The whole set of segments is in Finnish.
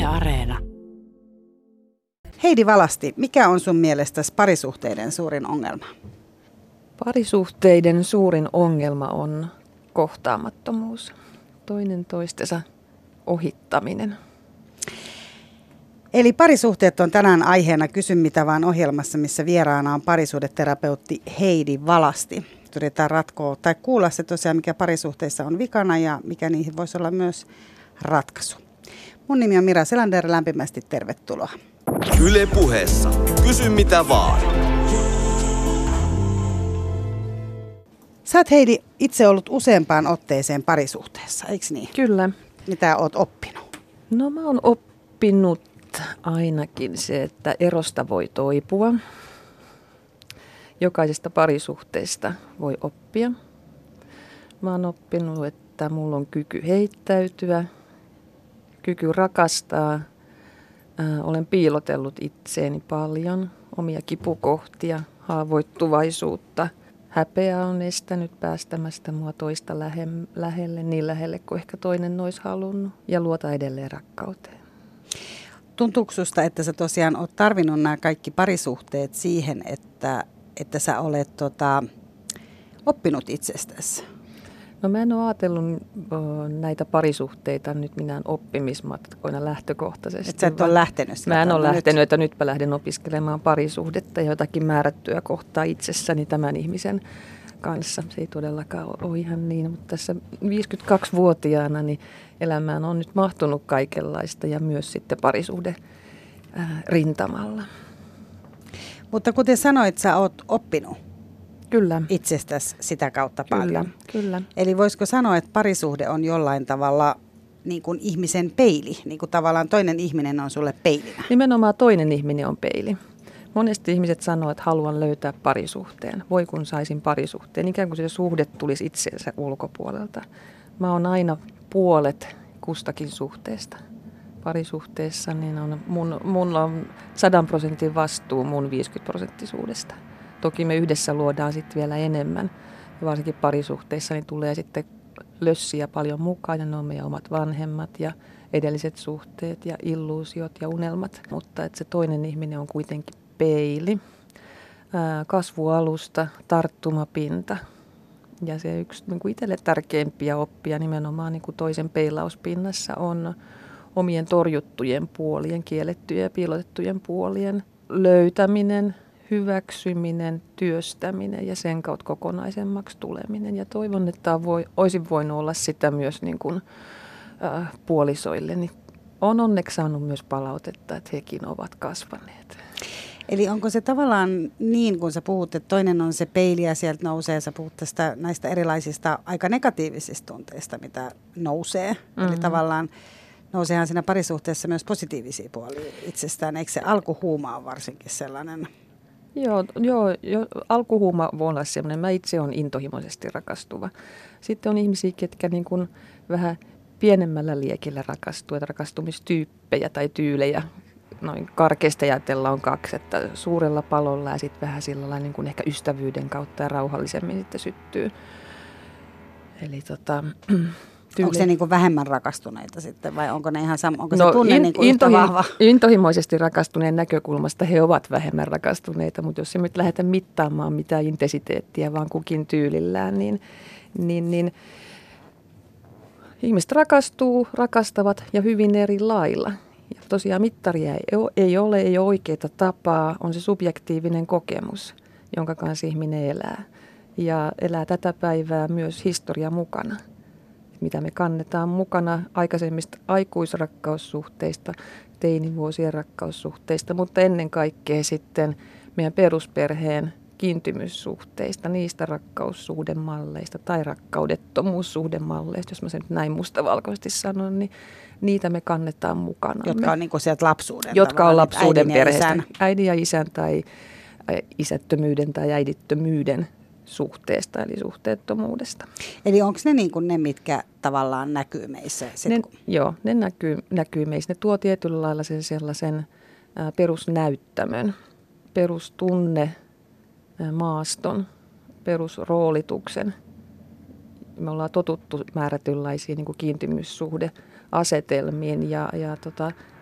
Areena. Heidi Valasti, mikä on sun mielestäsi parisuhteiden suurin ongelma? Parisuhteiden suurin ongelma on kohtaamattomuus, toinen toistensa ohittaminen. Eli parisuhteet on tänään aiheena Kysy mitä vaan -ohjelmassa, missä vieraana on parisuhdeterapeutti Heidi Valasti. Yritetään ratkoa tai kuulla se tosiaan, mikä parisuhteissa on vikana ja mikä niihin voisi olla myös ratkaisu. Mun nimi on Mira Selander, lämpimästi tervetuloa. Yle Puheessa. Kysy mitä vaan. Sä oot, Heidi, itse ollut useampaan otteeseen parisuhteessa, eikö niin? Kyllä. Mitä oot oppinut? No mä oon oppinut ainakin se, että erosta voi toipua. Jokaisesta parisuhteesta voi oppia. Mä oon oppinut, että mulla on kyky heittäytyä, kyky rakastaa. Olen piilotellut itseeni paljon, omia kipukohtia, haavoittuvaisuutta. Häpeä on estänyt päästämästä mua toista lähelle, niin lähelle kuin ehkä toinen olisi halunnut, ja luota edelleen rakkauteen. Tuntuuko susta, että sä tosiaan oot tarvinnut nämä kaikki parisuhteet siihen, että sä olet oppinut itsestäsi? No mä en ole ajatellut näitä parisuhteita nyt minään oppimismatkoina lähtökohtaisesti. Että sä et ole lähtenyt sitä? Mä en ole lähtenyt, että nytpä lähden opiskelemaan parisuhdetta ja jotakin määrättyä kohtaa itsessäni tämän ihmisen kanssa. Se ei todellakaan ole ihan niin, mutta tässä 52-vuotiaana niin elämään on nyt mahtunut kaikenlaista ja myös sitten parisuhde rintamalla. Mutta kuten sanoit, sä oot oppinut. Kyllä. Itsestäsi sitä kautta paljon. Kyllä. Eli voisiko sanoa, että parisuhde on jollain tavalla niin kuin ihmisen peili, niin kuin tavallaan toinen ihminen on sulle peilinä? Nimenomaan toinen ihminen on peili. Monesti ihmiset sanoo, että haluan löytää parisuhteen. Voi kun saisin parisuhteen, ikään kuin se suhde tulisi itseensä ulkopuolelta. Mä oon aina puolet kustakin suhteesta. Parisuhteessa niin mun on 100% vastuu mun 50%. Toki me yhdessä luodaan sitten vielä enemmän. Ja varsinkin parisuhteissa niin tulee sitten lössiä paljon mukaan. Ja ne on meidän omat vanhemmat ja edelliset suhteet ja illuusiot ja unelmat. Mutta että se toinen ihminen on kuitenkin peili, kasvualusta, tarttumapinta. Ja se yksi niin kuin itselle tärkeimpiä oppia nimenomaan niin kuin toisen peilauspinnassa on omien torjuttujen puolien, kiellettyjen ja piilotettujen puolien löytäminen, hyväksyminen, työstäminen ja sen kautta kokonaisemmaksi tuleminen. Ja toivon, että olisin voinut olla sitä myös niin kuin, puolisoille. Niin olen onneksi saanut myös palautetta, että hekin ovat kasvaneet. Eli onko se tavallaan niin, kun sä puhut, että toinen on se peili ja sieltä nousee, sä puhut näistä erilaisista aika negatiivisista tunteista, mitä nousee. Mm-hmm. Eli tavallaan nouseehan siinä parisuhteessa myös positiivisia puolia itsestään. Eikö se alkuhuuma ole varsinkin sellainen? Joo, alkuhuuma voi olla sellainen. Mä itse olen intohimoisesti rakastuva. Sitten on ihmisiä, ketkä niin kuin vähän pienemmällä liekillä rakastuu, että rakastumistyyppejä tai tyylejä. Noin karkeasti ajatella on kaksi, että suurella palolla ja sitten vähän sillä lailla niin kuin ehkä ystävyyden kautta ja rauhallisemmin sitten syttyy. Eli onko se niin kuin vähemmän rakastuneita sitten vai onko ne ihan onko se tunne niin kuin yhtä vahva? Intohimoisesti rakastuneen näkökulmasta he ovat vähemmän rakastuneita, mutta jos emme lähdetä mittaamaan mitään intensiteettiä vaan kukin tyylillään, niin ihmiset rakastavat ja hyvin eri lailla. Ja tosiaan mittaria ei ole oikeaa tapaa, on se subjektiivinen kokemus, jonka kanssa ihminen elää. Ja elää tätä päivää myös historia mukana. Mitä me kannetaan mukana aikaisemmista aikuisrakkaussuhteista, teinivuosien rakkaussuhteista, mutta ennen kaikkea sitten meidän perusperheen kiintymyssuhteista, niistä rakkaussuhdemalleista tai rakkaudettomuussuhdemalleista, jos mä sen nyt näin mustavalkoisesti sanon, niin niitä me kannetaan mukana. Jotka on niin kuin sieltä lapsuuden. Jotka on lapsuuden perheestä. Äidin ja isän tai isättömyyden tai äidittömyyden suhteesta, eli suhteettomuudesta. Eli onko ne niin kuin ne, mitkä tavallaan näkyy meissä? Joo, ne näkyy meissä. Ne tuo tietyllä lailla sen sellaisen perusnäyttämön, perustunne, maaston, perusroolituksen. Me ollaan totuttu määrätynlaisiin niin kuin kiintymyssuhdeasetelmiin ja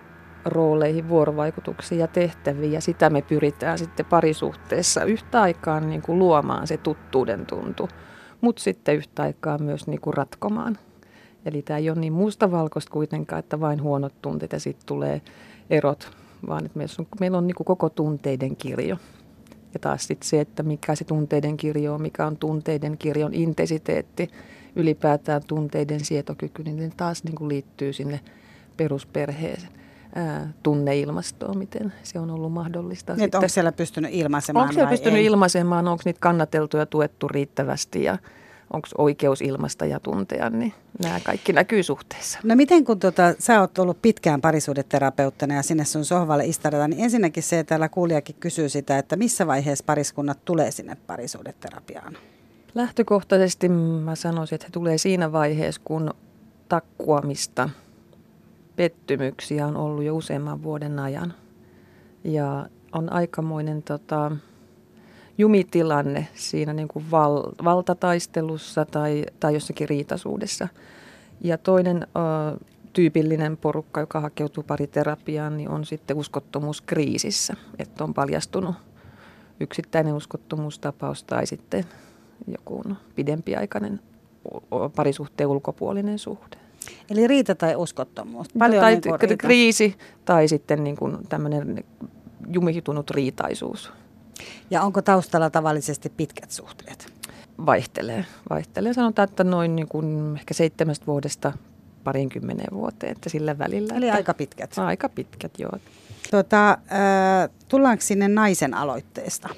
rooleihin, vuorovaikutuksiin ja tehtäviin. Ja sitä me pyritään sitten parisuhteessa yhtä aikaa niin kuin luomaan se tuttuuden tuntu, mutta sitten yhtä aikaa myös niin kuin ratkomaan. Eli tämä ei ole niin mustavalkoista kuitenkaan, että vain huonot tunteet ja sitten tulee erot, vaan että meillä on niin kuin koko tunteiden kirjo. Ja taas sitten se, että mikä se tunteiden kirjo on, mikä on tunteiden kirjon intensiteetti, ylipäätään tunteiden sietokyky, niin taas niin kuin liittyy sinne perusperheen tunneilmastoon, miten se on ollut mahdollista. Niin, onko siellä pystynyt ilmaisemaan onko siellä pystynyt ei? ilmaisemaan, onko niitä kannateltu ja tuettu riittävästi ja onko oikeus ilmaista ja tuntea, niin nämä kaikki näkyy suhteessa. No miten kun sä oot ollut pitkään parisuhdeterapeuttina ja sinne sun sohvalle istahdetaan, niin ensinnäkin se, että täällä kuulijakin kysyy sitä, että missä vaiheessa pariskunnat tulee sinne parisuhdeterapiaan? Lähtökohtaisesti mä sanoisin, että he tulee siinä vaiheessa, kun takkuamista, pettymyksiä on ollut jo useamman vuoden ajan. Ja on aikamoinen jumitilanne siinä niin kuin valtataistelussa tai jossakin riitaisuudessa. Ja toinen tyypillinen porukka, joka hakeutuu pariterapiaan, niin on sitten uskottomuuskriisissä. Että on paljastunut yksittäinen uskottomuustapaus tai sitten joku pidempiaikainen parisuhteen ulkopuolinen suhde. Eli riita tai uskottomuus? Paljon tai niin riita. Kriisi tai sitten niin kuin tämmöinen jumihitunut riitaisuus. Ja onko taustalla tavallisesti pitkät suhteet? Vaihtelee. Sanotaan, että noin niin kuin ehkä 7 vuodesta 20 vuoteen, että sillä välillä. Eli aika pitkät. Aika pitkät, joo. Tullaanko sinne naisen aloitteesta?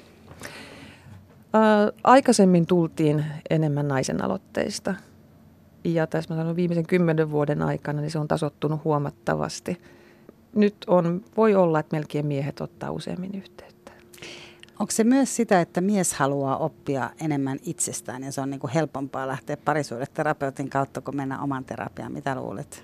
Aikaisemmin tultiin enemmän naisen aloitteista. Ja tässä mä sanon viimeisen 10 vuoden aikana, niin se on tasoittunut huomattavasti. Nyt voi olla, että melkein miehet ottaa useammin yhteyttä. Onko se myös sitä, että mies haluaa oppia enemmän itsestään ja se on niin kuin helpompaa lähteä parisuhdeterapeutin kautta, kun mennä oman terapiaan? Mitä luulet?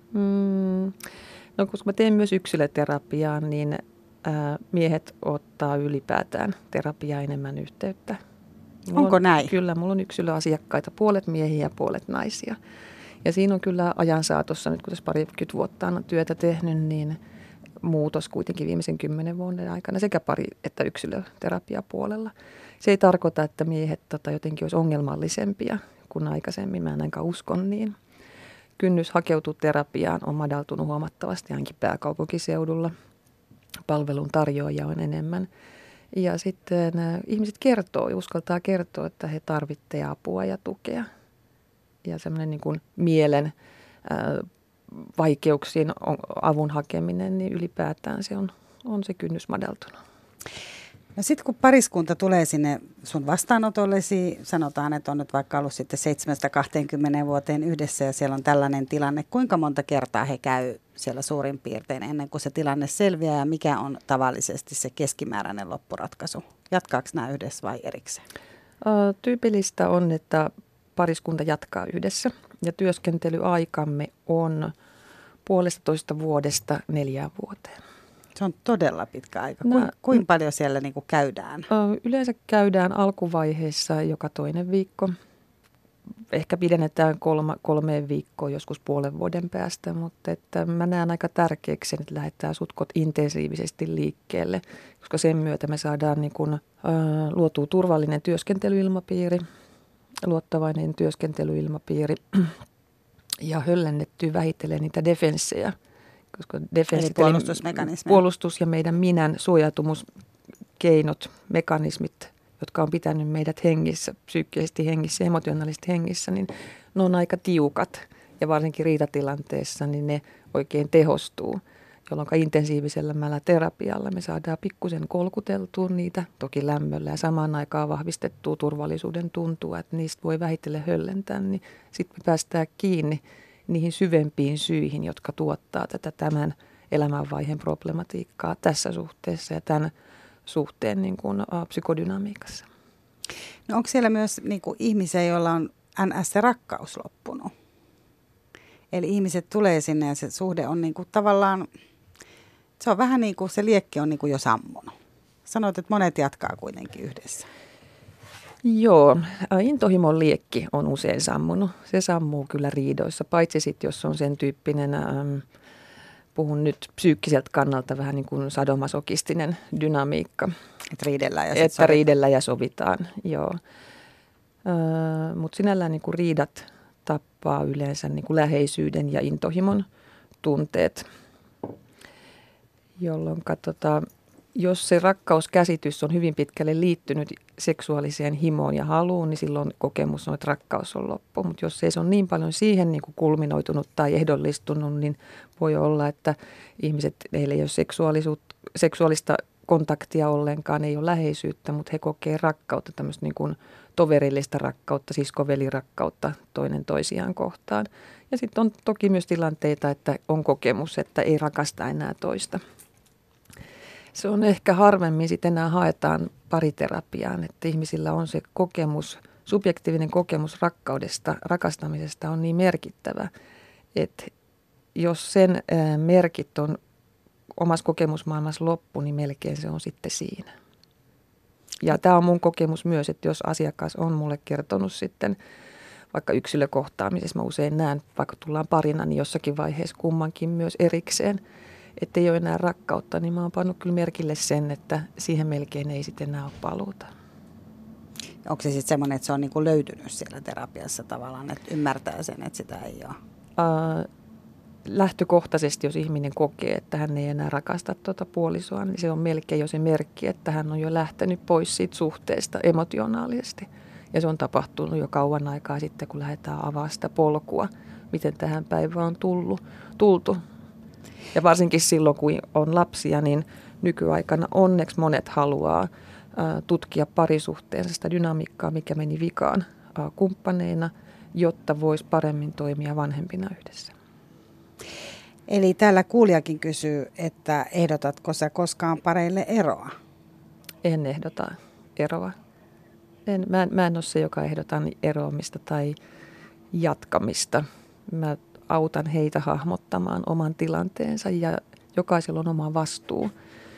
No koska mä teen myös yksilöterapiaa, niin miehet ottaa ylipäätään terapiaa enemmän yhteyttä. Onko näin? Kyllä, mulla on yksilöasiakkaita, puolet miehiä ja puolet naisia. Ja siinä on kyllä ajan saatossa, nyt kun tässä 20 vuotta on työtä tehnyt, niin muutos kuitenkin viimeisen 10 vuoden aikana sekä pari- että yksilöterapiapuolella. Se ei tarkoita, että miehet jotenkin olisi ongelmallisempia kuin aikaisemmin, mä en ainakaan uskon niin. Kynnys hakeutua terapiaan on madaltunut huomattavasti ainakin pääkaupunkiseudulla. Palvelun tarjoajia on enemmän. Ja sitten ihmiset uskaltaa kertoa, että he tarvitsevat apua ja tukea. Ja semmoinen niin kuin mielen vaikeuksiin avun hakeminen, niin ylipäätään se on se kynnys madaltunut. No sitten kun pariskunta tulee sinne sun vastaanotollesi, sanotaan, että on nyt vaikka ollut sitten 7-20 vuoteen yhdessä ja siellä on tällainen tilanne. Kuinka monta kertaa he käy siellä suurin piirtein ennen kuin se tilanne selviää ja mikä on tavallisesti se keskimääräinen loppuratkaisu? Jatkaako nämä yhdessä vai erikseen? Tyypillistä on, että pariskunta jatkaa yhdessä ja työskentelyaikamme on 1,5 vuodesta 4 vuoteen. Se on todella pitkä aika. Kuinka paljon siellä niin kuin käydään? Yleensä käydään alkuvaiheessa joka toinen viikko. Ehkä pidennetään 3 viikkoa, joskus puolen vuoden päästä, mutta että mä näen aika tärkeäksi, että lähdetään sutkot intensiivisesti liikkeelle, koska sen myötä me saadaan niin kuin, luotua turvallinen työskentelyilmapiiri, luottavainen työskentelyilmapiiri ja höllennettyä vähitellen niitä defenssejä. Koska puolustus ja meidän minän suojautumuskeinot, mekanismit, jotka on pitänyt meidät hengissä, psyykkisesti hengissä, emotionaalisesti hengissä, niin ne on aika tiukat. Ja varsinkin riitatilanteessa niin ne oikein tehostuu, jolloin intensiivisellämällä terapialla me saadaan pikkusen kolkuteltua niitä, toki lämmöllä ja samaan aikaan vahvistettua turvallisuuden tuntua, että niistä voi vähitellen höllentää, niin sitten me päästään kiinni niihin syvempiin syihin, jotka tuottaa tämän elämänvaiheen problematiikkaa tässä suhteessa ja tämän suhteen niin kuin, psykodynamiikassa. No onko siellä myös niin kuin ihmisiä, joilla on NS se rakkaus loppunut? Eli ihmiset tulee sinne ja se suhde on niin kuin tavallaan, se on vähän niin kuin se liekki on niin kuin jo sammunut. Sanoit, että monet jatkaa kuitenkin yhdessä. Joo, intohimon liekki on usein sammunut. Se sammuu kyllä riidoissa, paitsi sitten jos on sen tyyppinen puhun nyt psyykkiseltä kannalta vähän niin kuin sadomasokistinen dynamiikka. Että riidellään ja sovitaan, joo. Mutta sinällään niin kuin riidat tappaa yleensä niin kuin läheisyyden ja intohimon tunteet, jolloin jos se rakkauskäsitys on hyvin pitkälle liittynyt seksuaaliseen himoon ja haluun, niin silloin kokemus on, että rakkaus on loppu. Mutta jos ei se ole niin paljon siihen niin kuin kulminoitunut tai ehdollistunut, niin voi olla, että heillä ei ole seksuaalista kontaktia ollenkaan, ei ole läheisyyttä, mutta he kokee rakkautta, tämmöistä niin kuin toverillista rakkautta, siskovelirakkautta toinen toisiaan kohtaan. Ja sitten on toki myös tilanteita, että on kokemus, että ei rakasta enää toista. Se on ehkä harvemmin sitten enää haetaan pariterapiaan, että ihmisillä on se kokemus, subjektiivinen kokemus rakastamisesta on niin merkittävä, että jos sen merkit on omassa kokemusmaailmassa loppu, niin melkein se on sitten siinä. Ja tämä on mun kokemus myös, että jos asiakas on mulle kertonut sitten vaikka yksilökohtaamisessa, mä usein näen, vaikka tullaan parina, niin jossakin vaiheessa kummankin myös erikseen, että ei ole enää rakkautta, niin mä oon pannut kyllä merkille sen, että siihen melkein ei sitten enää ole paluuta. Onko se sitten semmoinen, että se on niinku löytynyt siellä terapiassa tavallaan, että ymmärtää sen, että sitä ei ole? Lähtökohtaisesti, jos ihminen kokee, että hän ei enää rakasta tuota puolisoa, niin se on melkein jo se merkki, että hän on jo lähtenyt pois siitä suhteesta emotionaalisesti. Ja se on tapahtunut jo kauan aikaa sitten, kun lähdetään avaamaan sitä polkua, miten tähän päivään on tultu. Ja varsinkin silloin, kun on lapsia, niin nykyaikana onneksi monet haluaa tutkia parisuhteensa sitä dynamiikkaa, mikä meni vikaan kumppaneina, jotta voisi paremmin toimia vanhempina yhdessä. Eli täällä kuulijakin kysyy, että ehdotatko sä koskaan pareille eroa? En ehdota eroa. Mä en ole se, joka ehdotan eroamista tai jatkamista. Mä autan heitä hahmottamaan oman tilanteensa ja jokaisella on oma vastuu.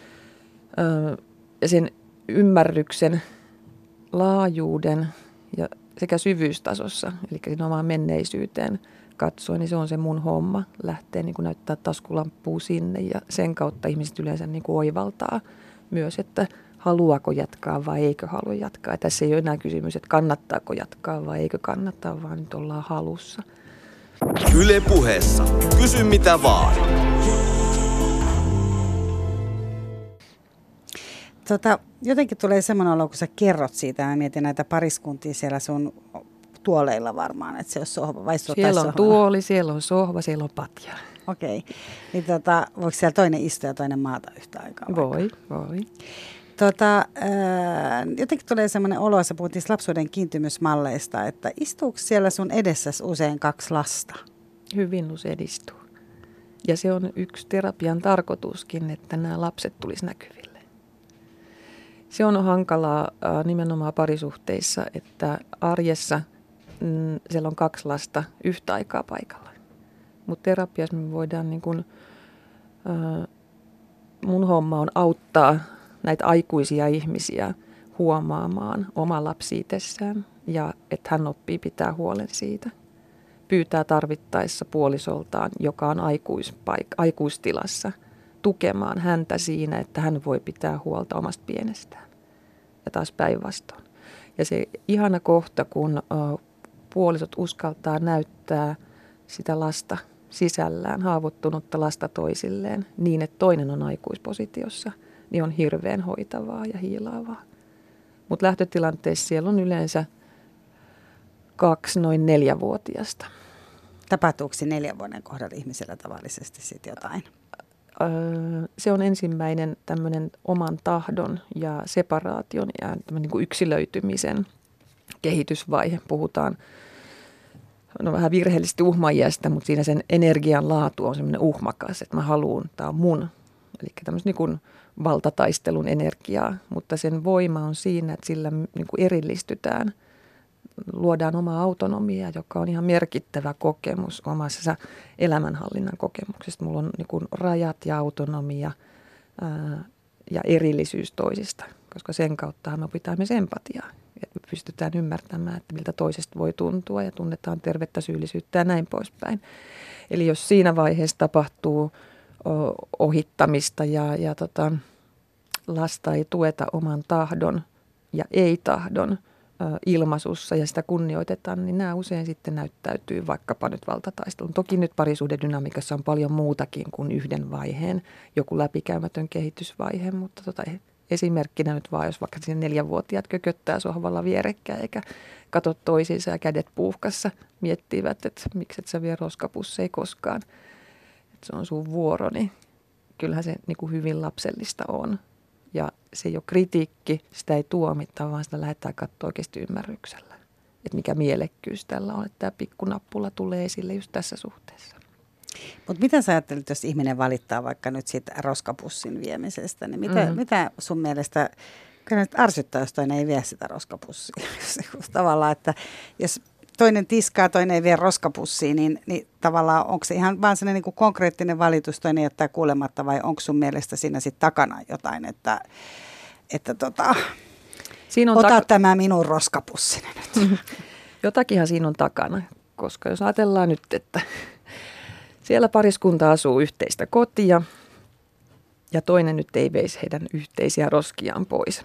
Ja sen ymmärryksen laajuuden ja sekä syvyystasossa, eli siinä omaan menneisyyteen katsoen, niin se on se mun homma. Lähtee niin kuin näyttää taskulamppua sinne ja sen kautta ihmiset yleensä niin kuin oivaltaa myös, että haluaako jatkaa vai eikö halua jatkaa. Ja tässä ei ole enää kysymys, että kannattaako jatkaa vai eikö kannattaa, vaan nyt ollaan halussa. Yle Puheessa. Kysy mitä vaan. Jotenkin tulee semmoinen olo, kun sä kerrot siitä, mä mietin näitä pariskuntia siellä sun tuoleilla varmaan, että se on sohva. Vai siellä on tuoli, siellä on sohva, siellä on patja. Okei. Niin voiko siellä toinen istua ja toinen maata yhtä aikaa? Voi. Jotenkin tulee semmoinen olo, sä puhuttiin lapsuuden kiintymysmalleista, että istuuko siellä sun edessäsi usein 2 lasta? Hyvin usein istuu. Ja se on yksi terapian tarkoituskin, että nämä lapset tulisi näkyville. Se on hankalaa nimenomaan parisuhteissa, että arjessa siellä on 2 lasta yhtä aikaa paikalla. Mutta terapiassa me voidaan mun homma on auttaa näitä aikuisia ihmisiä huomaamaan oma lapsi itsessään ja että hän oppii pitää huolen siitä. Pyytää tarvittaessa puolisoltaan, joka on aikuistilassa, tukemaan häntä siinä, että hän voi pitää huolta omasta pienestään. Ja taas päinvastoin. Ja se ihana kohta, kun puolisot uskaltaa näyttää sitä lasta sisällään, haavoittunutta lasta toisilleen, niin että toinen on aikuispositiossa, niin on hirveän hoitavaa ja hiilaavaa. Mutta lähtötilanteessa siellä on yleensä 2 noin 4-vuotiasta. Tapahtuuko 4 vuoden kohdalla ihmisellä tavallisesti sitten jotain? Se on ensimmäinen tämmöinen oman tahdon ja separaation ja niin kuin yksilöitymisen kehitysvaihe. Puhutaan vähän virheellisesti uhmaiästä, mutta siinä sen energian laatu on semmoinen uhmakas, että mä haluan, tämä on mun. Eli tämmöistä niin kuin valtataistelun energiaa, mutta sen voima on siinä, että sillä niin kuin erillistytään. Luodaan oma autonomia, joka on ihan merkittävä kokemus omassa elämänhallinnan kokemuksesta. Mulla on niin kuin rajat ja autonomia ja erillisyys toisista, koska sen kautta me opitaan myös empatiaa. Että me pystytään ymmärtämään, että miltä toisesta voi tuntua ja tunnetaan tervettä syyllisyyttä ja näin poispäin. Eli jos siinä vaiheessa tapahtuu ohittamista ja lasta ei tueta oman tahdon ja ei-tahdon ilmaisussa ja sitä kunnioitetaan, niin nämä usein sitten näyttäytyy vaikkapa nyt valtataistelun. Toki nyt parisuhdedynamiikassa on paljon muutakin kuin yhden vaiheen, joku läpikäymätön kehitysvaihe, mutta esimerkkinä nyt vaan, jos vaikka siinä 4-vuotiaat kököttää sohvalla vierekkäin eikä katso toisiinsa ja kädet puuhkassa miettivät, että miksi et sä vie roskapusseja koskaan, että se on sun vuoro, niin kyllähän se niin kuin hyvin lapsellista on. Ja se ei ole kritiikki, sitä ei tuomita, vaan sitä lähdetään katsoa oikeasti ymmärryksellä. Että mikä mielekkyys tällä on, että tämä pikkunappula tulee esille just tässä suhteessa. Mutta mitä sä ajattelet, jos ihminen valittaa vaikka nyt siitä roskapussin viemisestä, niin mitä sun mielestä, kyllä nyt ärsyttää, jos toinen ei vie sitä roskapussia. Tavallaan, että jos toinen tiskaa, toinen ei vie roskapussiin, niin tavallaan onko se ihan vaan sellainen niin kuin konkreettinen valitus, toinen jättää kuulematta, vai onko sun mielestä siinä sitten takana jotain, että siinä on ota tämä minun roskapussini nyt. Jotakinhan siinä on takana, koska jos ajatellaan nyt, että siellä pariskunta asuu yhteistä kotia ja toinen nyt ei veisi heidän yhteisiä roskiaan pois,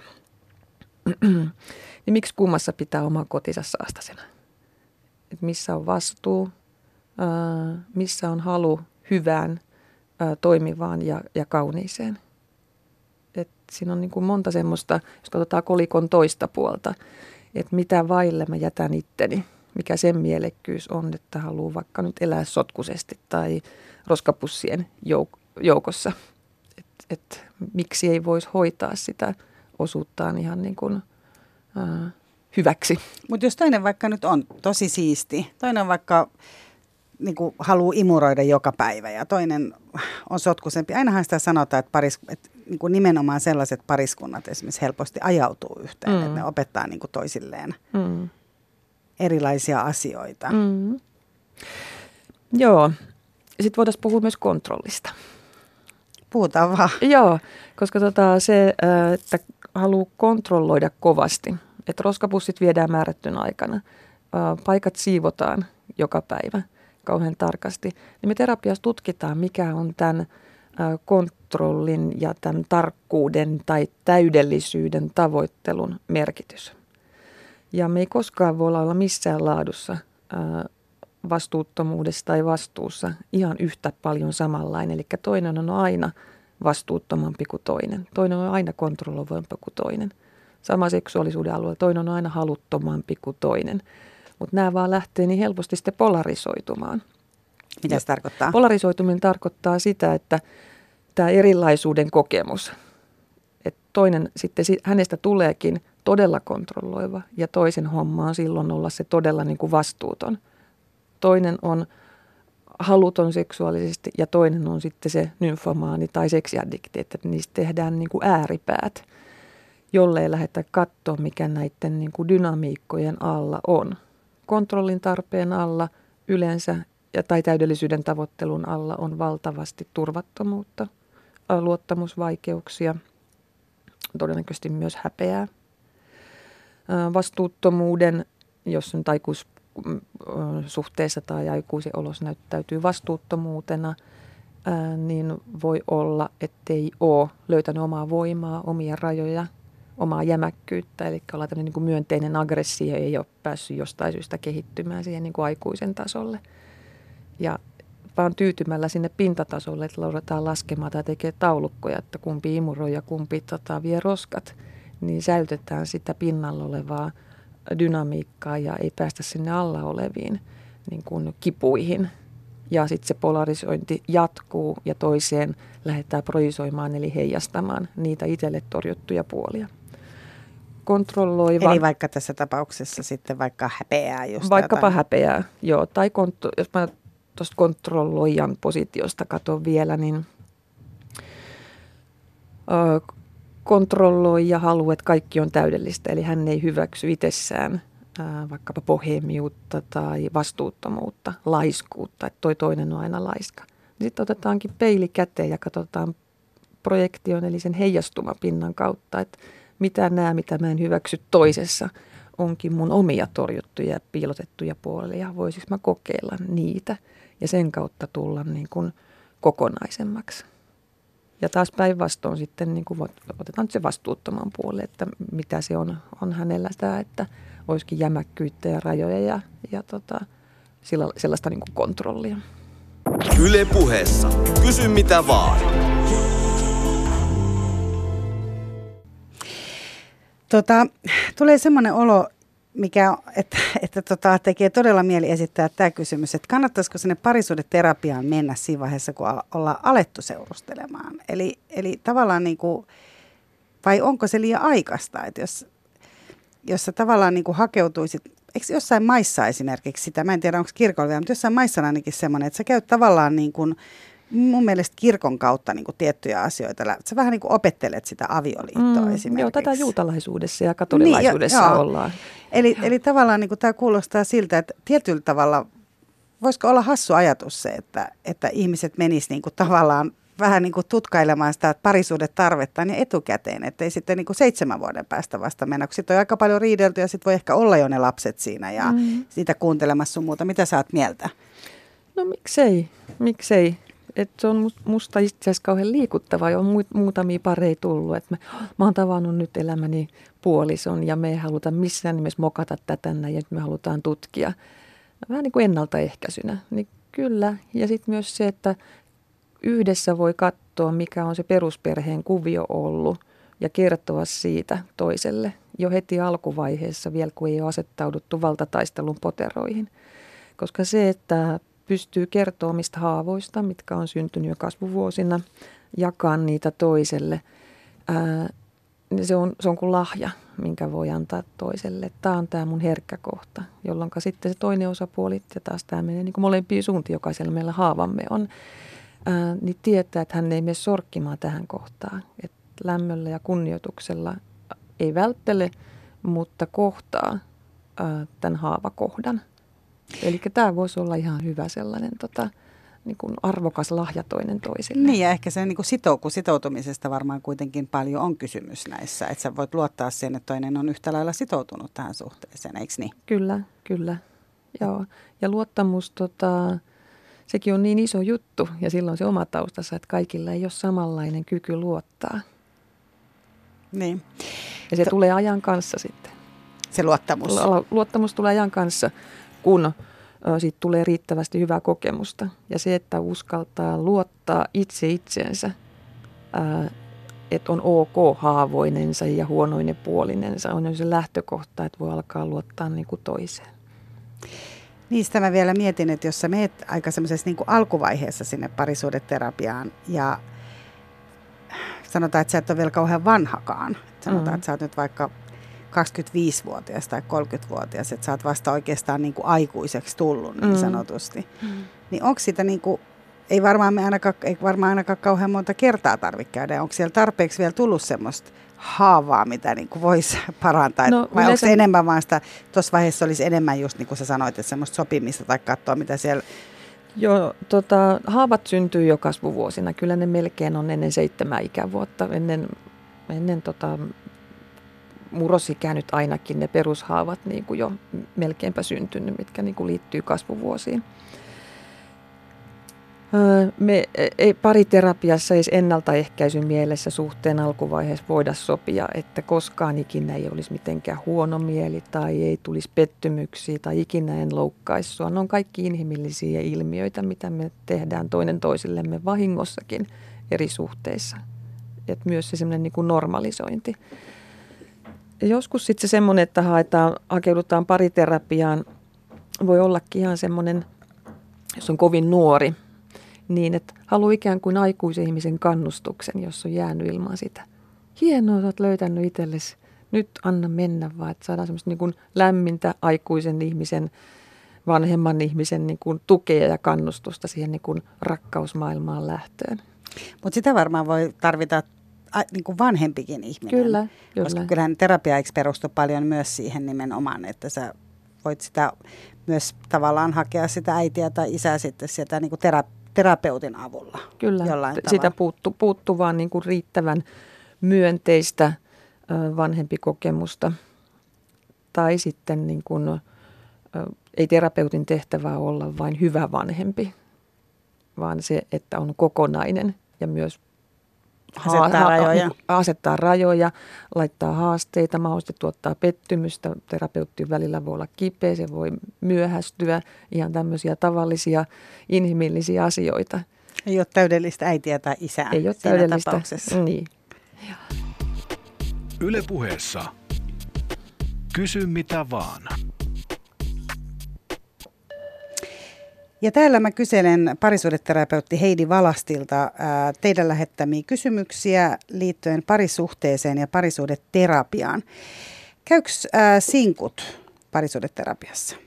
niin miksi kummassa pitää oma kotinsa saastasena? Et missä on vastuu, missä on halu hyvään, toimivaan ja kauniiseen. Et siinä on niin kuin monta semmoista, jos katsotaan kolikon toista puolta, että mitä vaille mä jätän itteni, mikä sen mielekkyys on, että haluaa vaikka nyt elää sotkuisesti tai roskapussien joukossa. Et miksi ei voisi hoitaa sitä osuuttaan ihan niin kuin hyväksi. Mutta jos toinen vaikka nyt on tosi siisti, toinen vaikka niin kuin haluaa imuroida joka päivä ja toinen on sotkuisempi. Ainahan sitä sanotaan, että niin kuin nimenomaan sellaiset pariskunnat esimerkiksi helposti ajautuu yhteen, että ne opettaa niin kuin toisilleen erilaisia asioita. Joo. Sitten voitaisiin puhua myös kontrollista. Puhutaan vaan. Joo, koska se, että haluaa kontrolloida kovasti. Että roskapussit viedään määrättynä aikana. Paikat siivotaan joka päivä kauhean tarkasti. Niin me terapiassa tutkitaan, mikä on tämän kontrollin ja tämän tarkkuuden tai täydellisyyden tavoittelun merkitys. Ja me ei koskaan voi olla missään laadussa vastuuttomuudessa tai vastuussa ihan yhtä paljon samanlainen. Eli toinen on aina vastuuttomampi kuin toinen. Toinen on aina kontrolloivampi kuin toinen. Sama seksuaalisuuden alueella toinen on aina haluttomampi kuin toinen. Mutta nämä vaan lähtee niin helposti sitten polarisoitumaan. Mitä se tarkoittaa? Polarisoituminen tarkoittaa sitä, että tämä erilaisuuden kokemus, että toinen sitten hänestä tuleekin todella kontrolloiva ja toisen homma on silloin olla se todella niin kuin vastuuton. Toinen on haluton seksuaalisesti ja toinen on sitten se nymfomaani tai seksiaddikti, että niistä tehdään niin kuin ääripäät, jollei lähdetä katsoa, mikä näiden niin kuin dynamiikkojen alla on. Kontrollin tarpeen alla yleensä tai täydellisyyden tavoittelun alla on valtavasti turvattomuutta, luottamusvaikeuksia, todennäköisesti myös häpeää. Vastuuttomuuden, jos nyt aikuissuhteessa tai aikuisen olossa näyttäytyy vastuuttomuutena, niin voi olla, ettei ole löytänyt omaa voimaa, omia rajoja, omaa jämäkkyyttä, eli ollaan tämmöinen niin kuin myönteinen aggressio ei ole päässyt jostain syystä kehittymään siihen niin kuin aikuisen tasolle. Ja vaan tyytymällä sinne pintatasolle, että ruvetaan laskemaan tai tekee taulukkoja, että kumpi imuroi ja kumpi vie roskat, niin säilytetään sitä pinnalla olevaa dynamiikkaa ja ei päästä sinne alla oleviin niin kuin kipuihin. Ja sitten se polarisointi jatkuu ja toiseen lähdetään projisoimaan eli heijastamaan niitä itselle torjuttuja puolia. Kontrolloiva. Eli vaikka tässä tapauksessa sitten vaikka häpeää. Vaikkapa häpeää, joo. Tai jos mä tuosta kontrolloijan positiosta katson vielä, niin kontrolloi ja haluaa, että kaikki on täydellistä. Eli hän ei hyväksy itsessään vaikkapa bohemiutta tai vastuuttomuutta, laiskuutta, että toi toinen on aina laiska. Sitten otetaankin peili käteen ja katsotaan projektion, eli sen heijastumapinnan kautta, että mitä mitä mä en hyväksy toisessa, onkin mun omia torjuttuja ja piilotettuja puolia. Voisinko mä kokeilla niitä ja sen kautta tulla niin kuin kokonaisemmaksi. Ja taas päinvastoin sitten niin kuin otetaan nyt se vastuuttoman puolen, että mitä se on hänellä tämä, että olisikin jämäkkyyttä ja rajoja ja sellaista niin kuin kontrollia. Yle Puheessa. Kysy mitä vaan. Tulee semmoinen olo, että tekee todella mieli esittää tämä kysymys, että kannattaisiko sinne parisuhdeterapiaan mennä siinä vaiheessa, kun ollaan alettu seurustelemaan. Eli tavallaan niin kuin, vai onko se liian aikaista, että jos sä tavallaan niin kuin hakeutuisit, eikö jossain maissa esimerkiksi sitä, mä en tiedä onko kirkolla vielä, mutta jossain maissa on ainakin semmoinen, että sä käyt tavallaan niin kuin, mun mielestä kirkon kautta niin kuin tiettyjä asioita. Sä vähän niin kuin opettelet sitä avioliittoa esimerkiksi. Joo, tätä juutalaisuudessa ja katolilaisuudessa ollaan. Eli tavallaan niin kuin tämä kuulostaa siltä, että tietyllä tavalla, voisiko olla hassu ajatus se, että ihmiset menis niin kuin tavallaan vähän niin kuin tutkailemaan sitä parisuhdetarvettaan ja etukäteen, ettei sitten niin kuin 7 vuoden päästä vasta mennä, kun sitten on aika paljon riidelty ja sitten voi ehkä olla jo ne lapset siinä ja siitä kuuntelemassa sun muuta. Mitä sä oot mieltä? No miksei? Että se on musta itse asiassa kauhean liikuttavaa ja on muutamia pareja tullut. Että mä oon tavannut nyt elämäni puolison ja me ei haluta missään nimessä mokata tätä näin ja nyt me halutaan tutkia. Vähän niin kuin ennaltaehkäisynä. Niin kyllä. Ja sitten myös se, että yhdessä voi katsoa, mikä on se perusperheen kuvio ollut ja kertoa siitä toiselle jo heti alkuvaiheessa vielä, kun ei ole asettauduttu valtataistelun poteroihin. Koska se, että pystyy kertoa omista haavoista, mitkä on syntynyt jo kasvuvuosina, jakaa niitä toiselle. Se on kuin lahja, minkä voi antaa toiselle. Tämä on tämä mun herkkä kohta, jolloin sitten se toinen osapuoli, ja taas tämä menee niin kuin molempiin suuntiin, jokaisella meillä haavamme on, niin tietää, että hän ei mene sorkkimaan tähän kohtaan. Että lämmöllä ja kunnioituksella ei välttele, mutta kohtaa tämän haavakohdan. Eli tämä voisi olla ihan hyvä sellainen niin kuin arvokas lahja toinen toisille. Niin ja ehkä se niin kuin sitoutumisesta varmaan kuitenkin paljon on kysymys näissä. Että sä voit luottaa siihen, että toinen on yhtä lailla sitoutunut tähän suhteeseen, eikö niin? Kyllä. Joo. Ja luottamus, sekin on niin iso juttu ja silloin se oma taustansa, että kaikilla ei ole samanlainen kyky luottaa. Niin. Ja se tulee ajan kanssa sitten. Se luottamus. Luottamus tulee ajan kanssa, kun siitä tulee riittävästi hyvää kokemusta. Ja se, että uskaltaa luottaa itseensä, että on ok haavoinensa ja huonoinen puolinensa, on jo se lähtökohta, että voi alkaa luottaa niin kuin toiseen. Niistä mä vielä mietin, että jos sä meet aika semmoisessa niin kuin alkuvaiheessa sinne parisuhdeterapiaan ja sanotaan, että sä et ole vielä kauhean vanhakaan. Sanotaan, että sä oot nyt vaikka 25-vuotias tai 30-vuotias, että sä oot vasta oikeastaan niin kuin aikuiseksi tullut niin sanotusti. Niin onko sitä niin kuin, ei varmaan ainakaan kauhean monta kertaa tarvitse käydä. Onko siellä tarpeeksi vielä tullut semmoista haavaa, mitä niin kuin voisi parantaa? No, vai onko se enemmän vaan sitä, tuossa vaiheessa olisi enemmän just niin kuin sä sanoit, että semmoista sopimista tai katsoa, mitä siellä... Joo, haavat syntyy jo kasvuvuosina. Kyllä ne melkein on ennen 7 ikävuotta. Ennen murrosikää nyt ainakin ne perushaavat niin kuin jo melkeinpä syntynyt, mitkä niin kuin liittyy kasvuvuosiin. Me ei pariterapiassa edes ennaltaehkäisyn mielessä suhteen alkuvaiheessa voida sopia, että koskaan ikinä ei olisi mitenkään huono mieli tai ei tulisi pettymyksiä tai ikinä en loukkaisi sua. Ne on kaikki inhimillisiä ilmiöitä, mitä me tehdään toinen toisillemme vahingossakin eri suhteissa. Et myös se semmoinen niin kuin normalisointi. Joskus sitten se semmoinen, että hakeudutaan pariterapiaan, voi ollakin ihan semmoinen, jos on kovin nuori, niin että haluaa ikään kuin aikuisen ihmisen kannustuksen, jos on jäänyt ilman sitä. Hienoa, sä oot löytänyt itsellesi, nyt anna mennä vaan, että saadaan semmoista niin kuin lämmintä aikuisen ihmisen, vanhemman ihmisen niin kuin tukea ja kannustusta siihen niin kuin rakkausmaailmaan lähtöön. Mutta sitä varmaan voi tarvita niin kuin vanhempikin ihminen. Kyllä. Koska kyllähän terapia eikö perustu paljon myös siihen nimenomaan, että sä voit sitä myös tavallaan hakea sitä äitiä tai isää sitten sieltä niin kuin terapeutin avulla. Kyllä, sitä puuttuu vaan niin kuin riittävän myönteistä vanhempikokemusta. Tai sitten niin kuin, ei terapeutin tehtävää olla vain hyvä vanhempi. vaan se, että on kokonainen ja myös asettaa rajoja. Asettaa rajoja, laittaa haasteita, mahdollisesti tuottaa pettymystä. Terapeutti välillä voi olla kipeä, se voi myöhästyä, ihan tämmöisiä tavallisia inhimillisiä asioita. Ei ole täydellistä äitiä tai isää. Ei ole siinä täydellistä. Tapauksessa. Niin. Yle Puheessa. Kysy mitä vaan. Ja täällä mä kyselen parisuhdeterapeutti Heidi Valastilta teidän lähettämiä kysymyksiä liittyen parisuhteeseen ja parisuhdeterapiaan. Käykö sinkut parisuhdeterapiassa?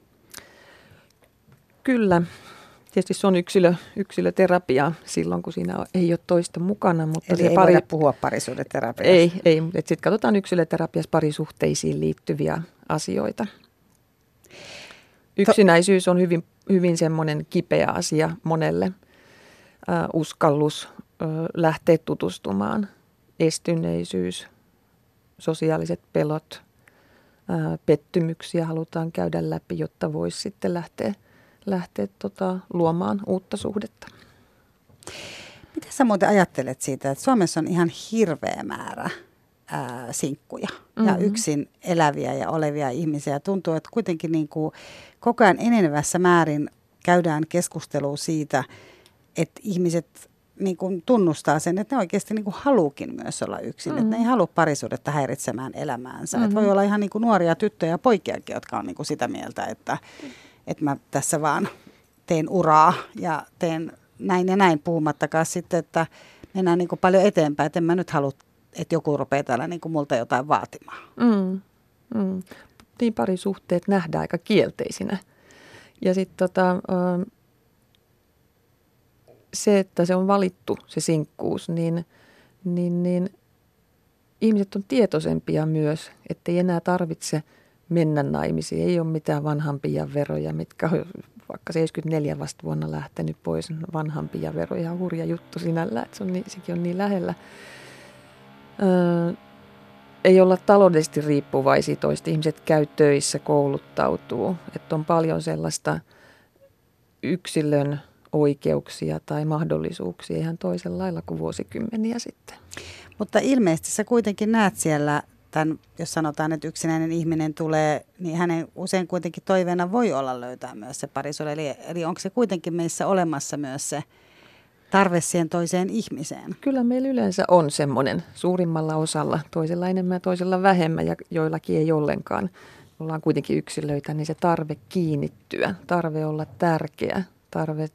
Kyllä. Tietysti se on yksilöterapia silloin, kun siinä ei ole toista mukana. Mutta eli ei voida puhua parisuhdeterapiasta? Ei. Sitten katsotaan yksilöterapiassa parisuhteisiin liittyviä asioita. Yksinäisyys on hyvin semmoinen kipeä asia monelle. Uskallus lähteä tutustumaan, estyneisyys, sosiaaliset pelot, pettymyksiä halutaan käydä läpi, jotta voisi sitten lähteä luomaan uutta suhdetta. Mitä sä muuten ajattelet siitä, että Suomessa on ihan hirveä määrä sinkkuja ja yksin eläviä ja olevia ihmisiä? Tuntuu, että kuitenkin niin kuin koko ajan enenevässä määrin käydään keskustelua siitä, että ihmiset niin kuin tunnustaa sen, että ne oikeasti niin kuin haluukin myös olla yksin. Että ne ei halua parisuhdetta häiritsemään elämäänsä. Että voi olla ihan niin kuin nuoria tyttöjä ja poikiakin, jotka on niin kuin sitä mieltä, että mä tässä vaan teen uraa ja teen näin ja näin, puhumattakaan sitten, että mennään niin kuin paljon eteenpäin. Että en mä nyt halua, että joku rupeaa täällä niin kuin multa jotain vaatimaan. Niin parisuhteet nähdään aika kielteisinä. Ja sitten se, että se on valittu, se sinkkuus, niin ihmiset on tietoisempia myös, että ei enää tarvitse mennä naimisiin. Ei ole mitään vanhampia veroja, mitkä on vaikka 74 vasta vuonna lähtenyt pois vanhampia veroja. Ihan hurja juttu sinällä, että sekin on niin lähellä. Ei olla taloudellisesti riippuvaisia toista. Ihmiset käy töissä, kouluttautuu. Että on paljon sellaista yksilön oikeuksia tai mahdollisuuksia ihan toisella lailla kuin vuosikymmeniä sitten. Mutta ilmeisesti sä kuitenkin näet siellä, jos sanotaan, että yksinäinen ihminen tulee, niin hänen usein kuitenkin toiveena voi olla löytää myös se parisuhde. Eli onko se kuitenkin meissä olemassa myös se tarve siihen toiseen ihmiseen? Kyllä meillä yleensä on semmoinen suurimmalla osalla, toisella enemmän ja toisella vähemmän ja joillakin ei ollenkaan. Ollaan kuitenkin yksilöitä, niin se tarve kiinnittyä, tarve olla tärkeä, tarve,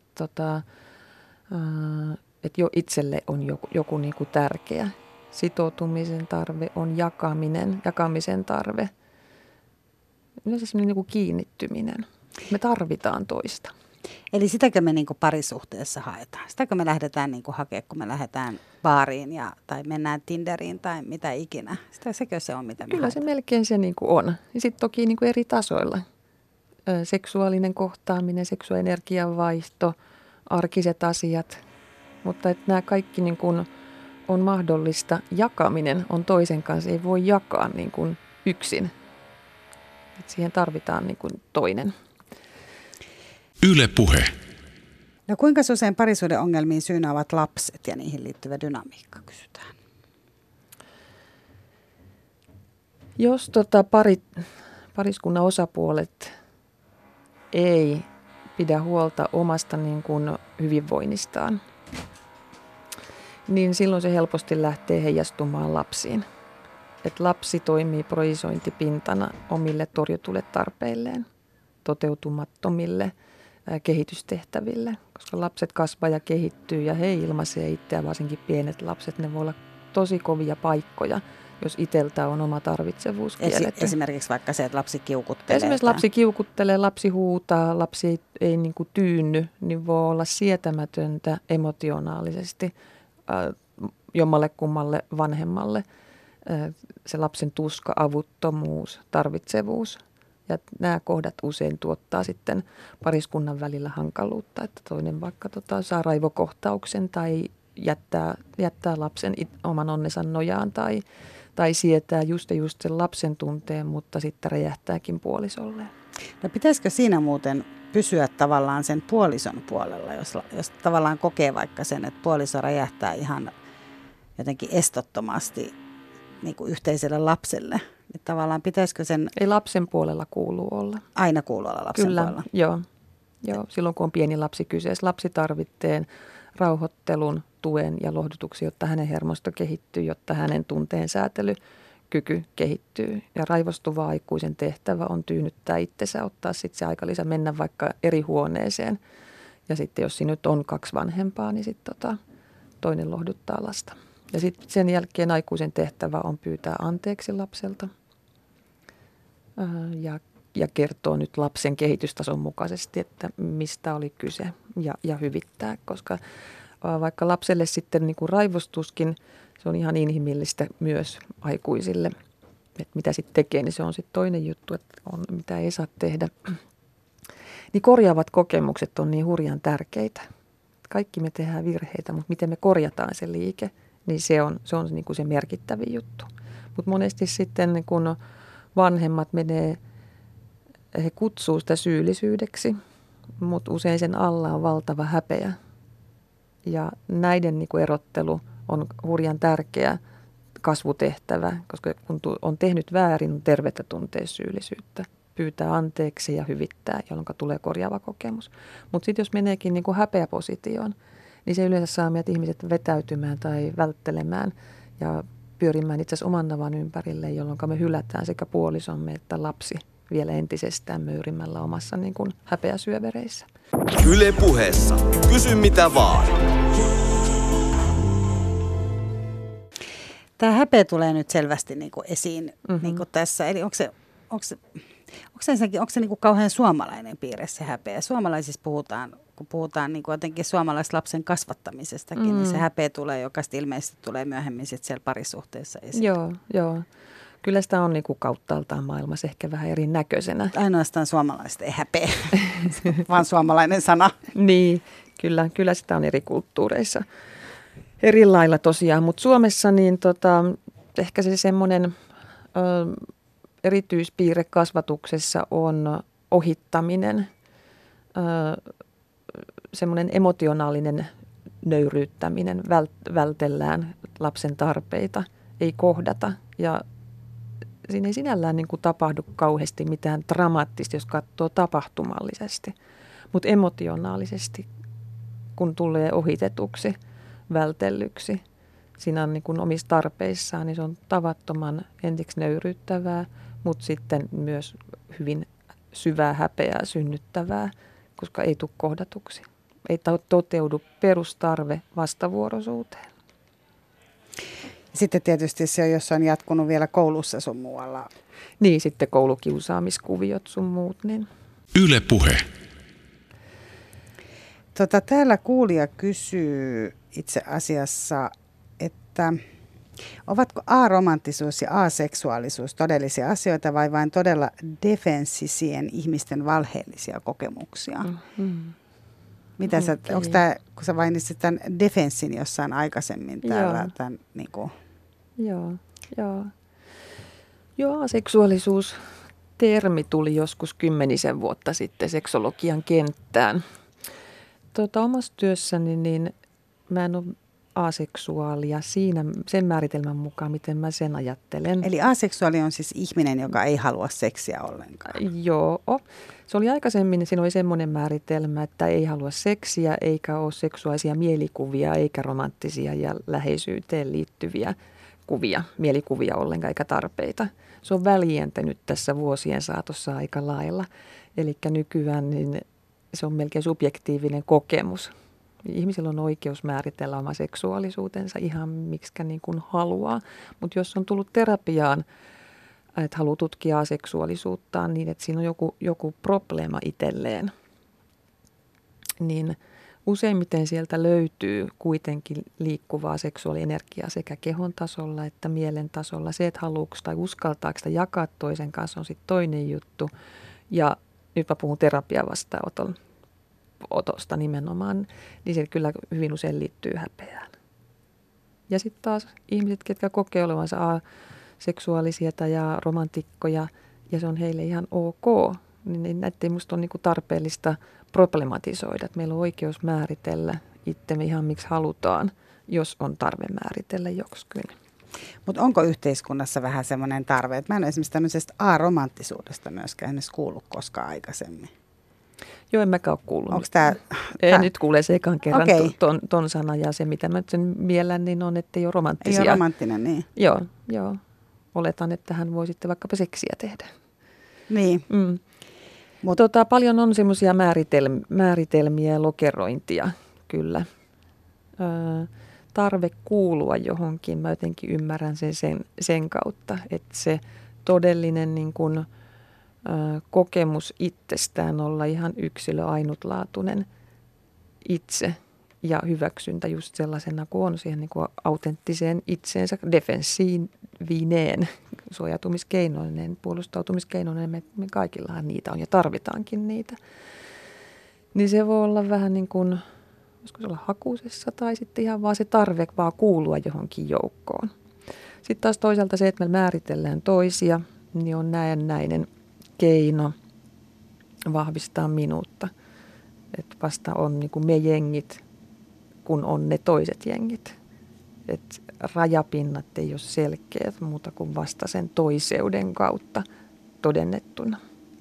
että jo itselle on joku niin kuin tärkeä. Sitoutumisen tarve on jakamisen tarve. Yleensä semmoinen niin kuin kiinnittyminen. Me tarvitaan toista. Eli sitäkö me niin kuin parisuhteessa haetaan? Sitäkö me lähdetään niin kuin hakemaan, kun me lähdetään baariin tai mennään Tinderiin tai mitä ikinä? Sekö se on, mitä me Kyllä haetaan? se melkein se niin kuin on. Ja sitten toki niin kuin eri tasoilla. Seksuaalinen kohtaaminen, seksuaalienergian vaihto, arkiset asiat. Mutta että nämä kaikki niin kuin on mahdollista. Jakaminen on toisen kanssa. Ei voi jakaa niin kuin yksin. Et siihen tarvitaan niin kuin toinen. Yle Puhe. No kuinka usein parisuhdeongelmiin syynä ovat lapset ja niihin liittyvä dynamiikka, kysytään. Jos pariskunnan osapuolet ei pidä huolta omasta niin kuin hyvinvoinnistaan, niin silloin se helposti lähtee heijastumaan lapsiin. Et lapsi toimii projisointipintana omille torjutuille tarpeilleen, toteutumattomille kehitystehtäville, koska lapset kasvaa ja kehittyy ja he ilmaisee itseään, varsinkin pienet lapset, ne voi olla tosi kovia paikkoja, jos itseltä on oma tarvitsevuus kielletty. Esimerkiksi vaikka se, että lapsi kiukuttelee. Esimerkiksi lapsi kiukuttelee, lapsi huutaa, lapsi ei niin kuin tyynny, niin voi olla sietämätöntä emotionaalisesti jommalle kummalle vanhemmalle. Se lapsen tuska, avuttomuus, tarvitsevuus. Ja nämä kohdat usein tuottaa sitten pariskunnan välillä hankaluutta, että toinen vaikka saa raivokohtauksen tai jättää lapsen oman onnensa nojaan tai sietää just sen lapsen tunteen, mutta sitten räjähtääkin puolisolleen. No pitäisikö siinä muuten pysyä tavallaan sen puolison puolella, jos tavallaan kokee vaikka sen, että puoliso räjähtää ihan jotenkin estottomasti niin kuin yhteiselle lapselle. Niin tavallaan pitäisikö sen... Ei lapsen puolella kuulu olla. Aina kuulu olla lapsen Kyllä, puolella. Joo, silloin kun on pieni lapsi kyseessä. Lapsi tarvitsee rauhoittelun, tuen ja lohdutuksen, jotta hänen hermosto kehittyy, jotta hänen tunteen säätelykyky kehittyy. Ja raivostuva aikuisen tehtävä on tyynnyttää itsensä, ottaa sitten se aikalisä, mennä vaikka eri huoneeseen. Ja sitten jos siinä nyt on 2 vanhempaa, niin sitten toinen lohduttaa lasta. Ja sitten sen jälkeen aikuisen tehtävä on pyytää anteeksi lapselta ja kertoo nyt lapsen kehitystason mukaisesti, että mistä oli kyse ja hyvittää, koska vaikka lapselle sitten niin kuin raivostuskin, se on ihan inhimillistä myös aikuisille, että mitä sitten tekee, niin se on sitten toinen juttu, että on, mitä ei saa tehdä. Niin korjaavat kokemukset on niin hurjan tärkeitä. Kaikki me tehdään virheitä, mutta miten me korjataan se liike, niin se on niin kuin se merkittävin juttu. Mutta monesti sitten kun vanhemmat menee, he kutsuu sitä syyllisyydeksi, mutta usein sen alla on valtava häpeä. Ja näiden niin kuin erottelu on hurjan tärkeä kasvutehtävä, koska kun on tehnyt väärin, on tervettä tuntea syyllisyyttä. Pyytää anteeksi ja hyvittää, jolloin tulee korjaava kokemus. Mutta sitten jos meneekin niin kuin häpeäpositioon, niin se yleensä saa meidät ihmiset vetäytymään tai välttelemään ja pyörimään itse asiassa oman navan ympärille, jolloin me hylätään sekä puolisomme että lapsi vielä entisestään möyrimällä omassa niin kuin häpeäsyövereissä. Yle Puheessa. Kysy mitä vaan. Tämä häpeä tulee nyt selvästi niin kuin esiin niin kuin tässä. Eli onko se niin kuin kauhean suomalainen piirre se häpeä? Suomalaisissa kun puhutaan niin kuin jotenkin suomalaislapsen kasvattamisestakin, niin se häpeä tulee, joka ilmeisesti tulee myöhemmin sitten siellä parisuhteessa esiin. Joo. Kyllä sitä on niin kuin kauttaaltaan maailmassa ehkä vähän erinäköisenä. Ainoastaan suomalaiset ei häpeä, vaan suomalainen sana. Niin, kyllä sitä on eri kulttuureissa eri lailla tosiaan. Mutta Suomessa niin ehkä se semmoinen erityispiirre kasvatuksessa on ohittaminen, semmoinen emotionaalinen nöyryyttäminen, vältellään lapsen tarpeita, ei kohdata ja siinä ei sinällään niin kuin tapahdu kauheasti mitään dramaattista, jos katsoo tapahtumallisesti, mutta emotionaalisesti, kun tulee ohitetuksi, vältellyksi, siinä on niin kuin omissa tarpeissaan, niin se on tavattoman ensiksi nöyryyttävää, mutta sitten myös hyvin syvää häpeää synnyttävää, koska ei tule kohdatuksi. Ei toteudu perustarve vastavuoroisuuteen. Sitten tietysti se on, jos on jatkunut vielä koulussa sun muualla. Niin, sitten koulukiusaamiskuviot sun muut. Niin. Yle Puhe. Täällä kuulija kysyy itse asiassa, että ovatko aromanttisuus ja aseksuaalisuus todellisia asioita vai vain todella defenssisien ihmisten valheellisia kokemuksia? Mm-hmm. Mitä sä, onko tämä, kun sä mainitsit tämän defenssin jossain aikaisemmin täällä? Tämän, niin kuin... Joo, aseksuaalisuus termi tuli joskus 10 vuotta sitten seksologian kenttään. Omassa työssäni niin mä en ole aseksuaalia siinä sen määritelmän mukaan, miten mä sen ajattelen. Eli aseksuaali on siis ihminen, joka ei halua seksiä ollenkaan. Joo. Se oli aikaisemmin, siinä oli semmoinen määritelmä, että ei halua seksiä, eikä ole seksuaalisia mielikuvia, eikä romanttisia ja läheisyyteen liittyviä mielikuvia ollenkaan, eikä tarpeita. Se on väljentänyt tässä vuosien saatossa aika lailla. Eli nykyään niin se on melkein subjektiivinen kokemus. Ihmisillä on oikeus määritellä oma seksuaalisuutensa ihan miksikä niin kuin haluaa, mutta jos on tullut terapiaan, että haluaa tutkia aseksuaalisuuttaan niin, että siinä on joku probleema itselleen, niin useimmiten sieltä löytyy kuitenkin liikkuvaa seksuaalienergiaa sekä kehon tasolla että mielen tasolla. Se, että haluuko tai uskaltaako sitä jakaa toisen kanssa on sitten toinen juttu. Ja nyt mä puhun terapiavastaanotosta nimenomaan, niin se kyllä hyvin usein liittyy häpeään. Ja sitten taas ihmiset, ketkä kokee olevansa seksuaalisia ja romantikkoja, ja se on heille ihan ok, niin näitä ei musta ole niin kuin tarpeellista problematisoida. Että meillä on oikeus määritellä itsemme ihan miksi halutaan, jos on tarve määritellä joksikin. Mutta onko yhteiskunnassa vähän semmoinen tarve, että mä en ole esimerkiksi tämmöisestä aromanttisuudesta myöskään edes kuullut koskaan aikaisemmin. Joo, en mäkään ole kuullut. Onko tämä? Nyt kuulee se ekan kerran Okei. ton sanan ja se, mitä mä sen miellän, niin on, että ei ole romanttisia. Ei ole romanttinen, niin. Joo. Oletan, että hän voi sitten vaikkapa seksiä tehdä. Niin. Paljon on semmoisia määritelmiä ja lokerointia, kyllä. Tarve kuulua johonkin, mä jotenkin ymmärrän sen kautta, että se todellinen niin kuin, kokemus itsestään olla ihan yksilö, ainutlaatuinen itse ja hyväksyntä just sellaisena kuin on siihen niin kuin autenttiseen itseensä defensiivineen, suojautumiskeinoinen, puolustautumiskeinoinen, me kaikillahan niitä on ja tarvitaankin niitä. Niin se voi olla vähän niin kuin, voisiko se olla hakuisessa tai sitten ihan vaan se tarve vaan kuulua johonkin joukkoon. Sitten taas toisaalta se, että me määritellään toisia, niin on näennäinen keino vahvistaa minuutta. Että vasta on niin kuin me jengit, kun on ne toiset jengit. Että rajapinnat ei ole selkeät muuta kuin vasta sen toiseuden kautta todennettuna.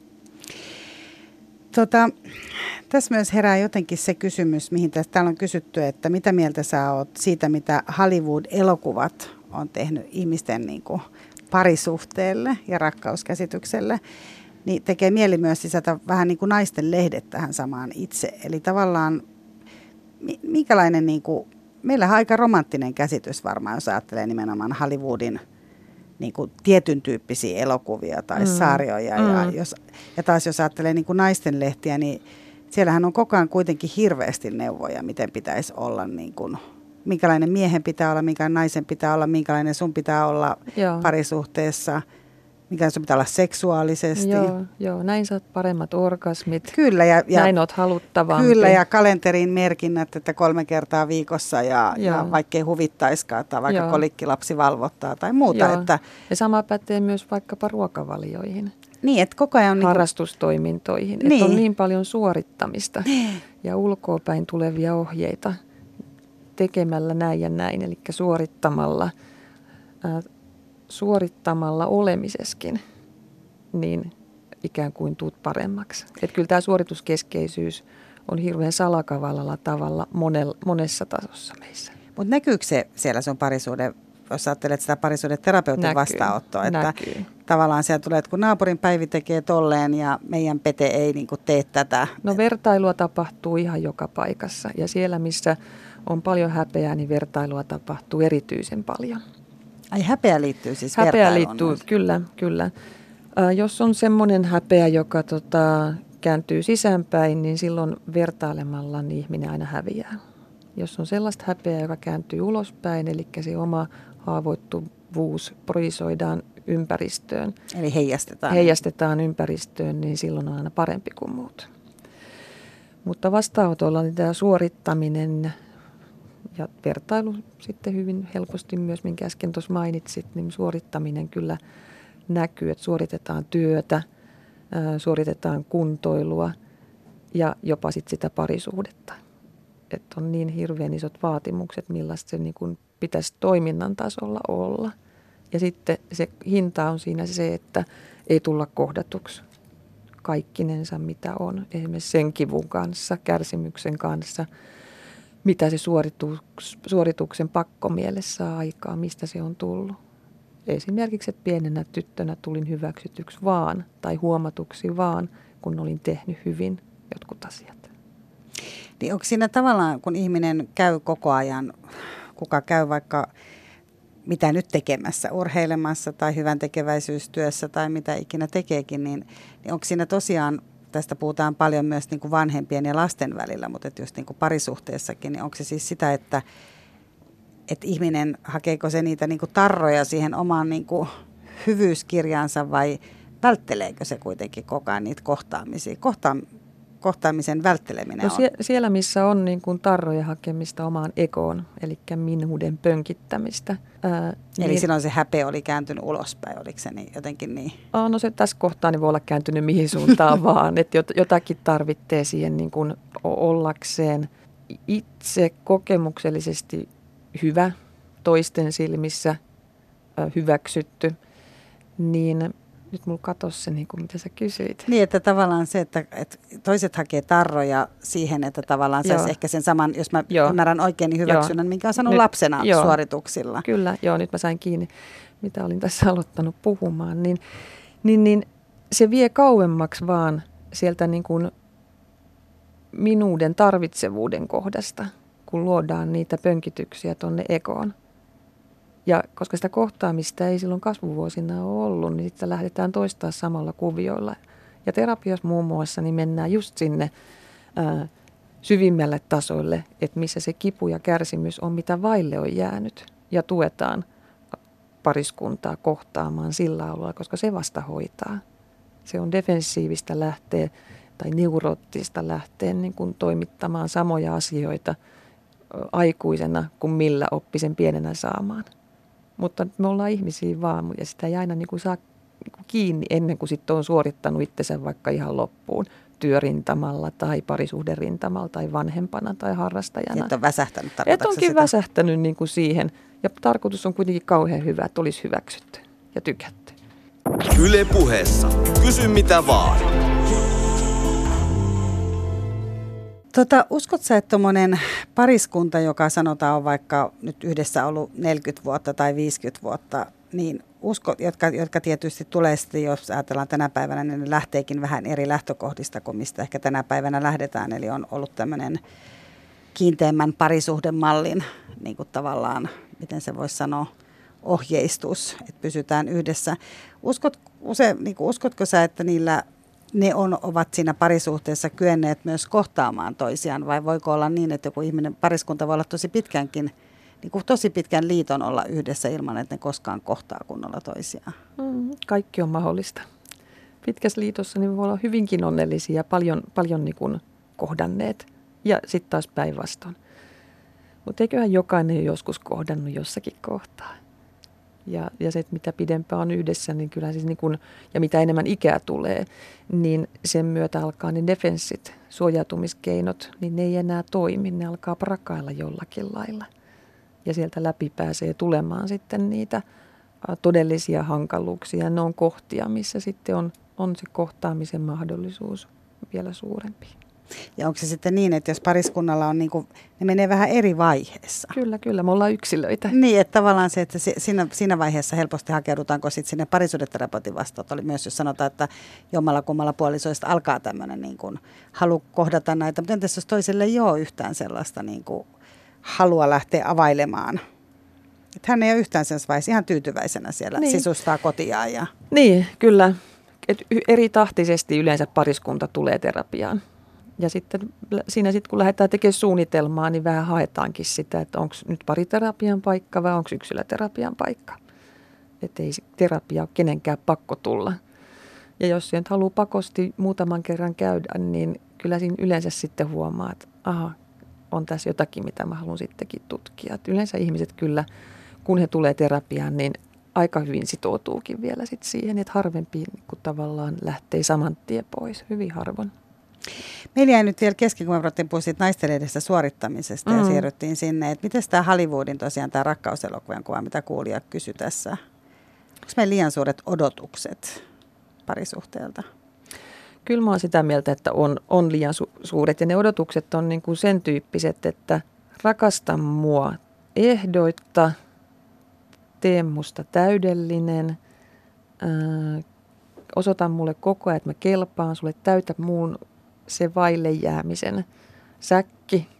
Tässä myös herää jotenkin se kysymys, mihin täällä on kysytty, että mitä mieltä sä oot siitä, mitä Hollywood-elokuvat on tehnyt ihmisten niin kuin parisuhteelle ja rakkauskäsitykselle. Niin tekee mieli myös sisätä vähän niin kuin naisten lehdet tähän samaan itse. Eli tavallaan minkälainen, niin kuin, meillähän on aika romanttinen käsitys varmaan, jos ajattelee nimenomaan Hollywoodin niin kuin tietyn tyyppisiä elokuvia tai sarjoja. Ja taas jos ajattelee niin kuin naisten lehtiä, niin siellähän on koko ajan kuitenkin hirveästi neuvoja, miten pitäisi olla, niin kuin, minkälainen miehen pitää olla, minkälainen naisen pitää olla, minkälainen sun pitää olla parisuhteessa. Mikä sun pitää olla seksuaalisesti. Joo, näin saat paremmat orgasmit. Kyllä. Ja näin oot haluttavampi. Kyllä, ja kalenteriin merkinnät, että 3 kertaa viikossa ja vaikkei huvittaiskaan tai vaikka kolikkilapsi valvottaa tai muuta. Että, ja sama pätee myös vaikkapa ruokavalioihin. Niin, että koko ajan on harrastustoimintoihin. Niin. Että on niin paljon suorittamista ja ulkoapäin tulevia ohjeita tekemällä näin ja näin, eli suorittamalla olemiseskin, niin ikään kuin tuut paremmaksi. Että kyllä tämä suorituskeskeisyys on hirveän salakavallalla tavalla monessa tasossa meissä. Mutta näkyykö se siellä sun parisuuden, jos ajattelet sitä parisuuden terapeutin vastaanottoa, että tavallaan siellä tulee, että kun naapurin Päivi tekee tolleen ja meidän Pete ei niin kuin tee tätä. No vertailua tapahtuu ihan joka paikassa ja siellä missä on paljon häpeää, niin vertailua tapahtuu erityisen paljon. Ai häpeä liittyy siis häpeä liittyy, kyllä. Jos on semmoinen häpeä, joka kääntyy sisäänpäin, niin silloin vertailemalla niin ihminen aina häviää. Jos on sellaista häpeää, joka kääntyy ulospäin, eli se oma haavoittuvuus projisoidaan ympäristöön. Eli heijastetaan ympäristöön, niin silloin on aina parempi kuin muut. Mutta vastaanotolla niin tämä suorittaminen ja vertailu sitten hyvin helposti myös, minkä äsken tuossa mainitsit, niin suorittaminen kyllä näkyy, että suoritetaan työtä, suoritetaan kuntoilua ja jopa sitten sitä parisuhdetta. Että on niin hirveän isot vaatimukset, millaista se niin kuin pitäisi toiminnan tasolla olla. Ja sitten se hinta on siinä se, että ei tulla kohdatuksi kaikkinensa mitä on. Esimerkiksi sen kivun kanssa, kärsimyksen kanssa. Mitä se suorituksen pakkomielessä saa aikaa, mistä se on tullut. Esimerkiksi, että pienenä tyttönä tulin hyväksytyksi vaan tai huomatuksi vaan, kun olin tehnyt hyvin jotkut asiat. Niin onko siinä tavallaan, kun ihminen käy koko ajan, kuka käy vaikka mitä nyt tekemässä, urheilemassa tai hyvän tekeväisyystyössä tai mitä ikinä tekeekin, niin onko siinä tosiaan, tästä puhutaan paljon myös niin kuin vanhempien ja lasten välillä, mutta just niin kuin parisuhteessakin, niin onko se siis sitä, että ihminen, hakeeko se niitä niin kuin tarroja siihen omaan niin kuin hyvyyskirjaansa vai vältteleekö se kuitenkin koko ajan niitä kohtaamisia? kohtaamisen vältteleminen on? Siellä, missä on niin kuin tarrojen hakemista omaan ekoon, eli minuuden pönkittämistä. Eli niin, silloin se häpeä oli kääntynyt ulospäin, oliko se niin, jotenkin niin? No se tässä kohtaa niin voi olla kääntynyt mihin suuntaan vaan, että jotakin tarvitsee siihen niin kuin ollakseen itse kokemuksellisesti hyvä, toisten silmissä hyväksytty, niin nyt mulla katosi se, niin kuin mitä sä kysyit. Niin, että tavallaan se, että toiset hakee tarroja siihen, että tavallaan saisi ehkä sen saman, jos mä ymmärrän oikein, niin hyväksynnän, minkä on saanut nyt, lapsena suorituksilla. Kyllä, nyt mä sain kiinni, mitä olin tässä aloittanut puhumaan. Niin se vie kauemmaksi vaan sieltä niin kuin minuuden tarvitsevuuden kohdasta, kun luodaan niitä pönkityksiä tuonne ekoon. Ja koska sitä kohtaamista ei silloin kasvuvuosina ole ollut, niin sitten lähdetään toistaa samalla kuvioilla. Ja terapiassa muun muassa niin mennään just sinne syvimmälle tasoille, että missä se kipu ja kärsimys on, mitä vaille on jäänyt. Ja tuetaan pariskuntaa kohtaamaan sillä alueella, koska se vasta hoitaa. Se on defensiivistä lähteä tai neuroottista lähteä niin kuin toimittamaan samoja asioita aikuisena kuin millä oppi sen pienenä saamaan. Mutta me ollaan ihmisiä vaan ja sitä ei aina niin kuin saa niin kuin kiinni ennen kuin sitten on suorittanut itsensä vaikka ihan loppuun työrintamalla tai parisuhderintamalla tai vanhempana tai harrastajana. Että on väsähtänyt, että onkin sitä? Väsähtänyt niin kuin siihen ja tarkoitus on kuitenkin kauhean hyvä, että olisi hyväksytty ja tykätty. Yle Puheessa. Kysy mitä vaan. Uskotko sä, että tuommoinen pariskunta, joka sanotaan on vaikka nyt yhdessä ollut 40 vuotta tai 50 vuotta, niin jotka tietysti tulee sitten, jos ajatellaan tänä päivänä, niin ne lähteekin vähän eri lähtökohdista kuin mistä ehkä tänä päivänä lähdetään. Eli on ollut tämmöinen kiinteämmän parisuhdemallin niin kuin tavallaan, miten se voisi sanoa, ohjeistus, että pysytään yhdessä. Uskotko sä, että ne ovat siinä parisuhteessa kyenneet myös kohtaamaan toisiaan, vai voiko olla niin, että joku pariskunta voi olla tosi pitkäänkin, niin kuin tosi pitkän liiton olla yhdessä ilman, että ne koskaan kohtaa kunnolla toisiaan? Kaikki on mahdollista. Pitkässä liitossa niin voi olla hyvinkin onnellisia ja paljon niin kuin kohdanneet ja sitten taas päinvastoin. Mutta eiköhän jokainen ole joskus kohdannut jossakin kohtaa. Ja se, että mitä pidempään on yhdessä, niin kyllä siis niin kun, ja mitä enemmän ikää tulee, niin sen myötä alkaa ne defenssit, suojautumiskeinot, niin ne ei enää toimi, ne alkaa prakailla jollakin lailla. Ja sieltä läpi pääsee tulemaan sitten niitä todellisia hankaluuksia, ne on kohtia, missä sitten on se kohtaamisen mahdollisuus vielä suurempi. Ja onko se sitten niin, että jos pariskunnalla on, niin kuin, ne menee vähän eri vaiheessa? Kyllä, me ollaan yksilöitä. Niin, että tavallaan se, että siinä vaiheessa helposti hakeudutaanko sitten sinne parisuhdeterapeutin vastaanotolle. Oli myös, jos sanotaan, että jommalla kummalla puolisoista alkaa tämmöinen niin kuin halu kohdata näitä. Mutta entäs jos toiselle ei ole yhtään sellaista niin kuin halua lähteä availemaan? Että hän ei ole yhtään sellaisessa vaiheessa ihan tyytyväisenä siellä, sisustaa kotiaan. Ja... Niin, kyllä. Eri tahtisesti yleensä pariskunta tulee terapiaan. Ja sitten siinä kun lähdetään tekemään suunnitelmaa, niin vähän haetaankin sitä, että onko nyt pariterapian paikka vai onko yksilöterapian paikka. Että ei terapia ole kenenkään pakko tulla. Ja jos se nyt haluaa pakosti muutaman kerran käydä, niin kyllä siinä yleensä sitten huomaa, että on tässä jotakin, mitä mä haluan sittenkin tutkia. Että yleensä ihmiset kyllä, kun he tulee terapiaan, niin aika hyvin sitoutuukin vielä sitten siihen, että harvempi kun tavallaan lähtee saman tien pois, hyvin harvoin. Meillä jäi nyt vielä kesken, kun me puhuttiin siitä naisten edessä suorittamisesta ja siirryttiin sinne. Että miten tämä Hollywoodin tosiaan tämä rakkauselokuvan kuva, mitä kuulija kysyi tässä? Onko meillä liian suuret odotukset parisuhteelta? Kyllä mä oon sitä mieltä, että on liian suuret ja ne odotukset on niin kuin sen tyyppiset, että rakasta mua ehdoitta, tee musta täydellinen, osoita mulle koko ajan, että mä kelpaan sulle, täytä muun se vaille jäämisen säkki.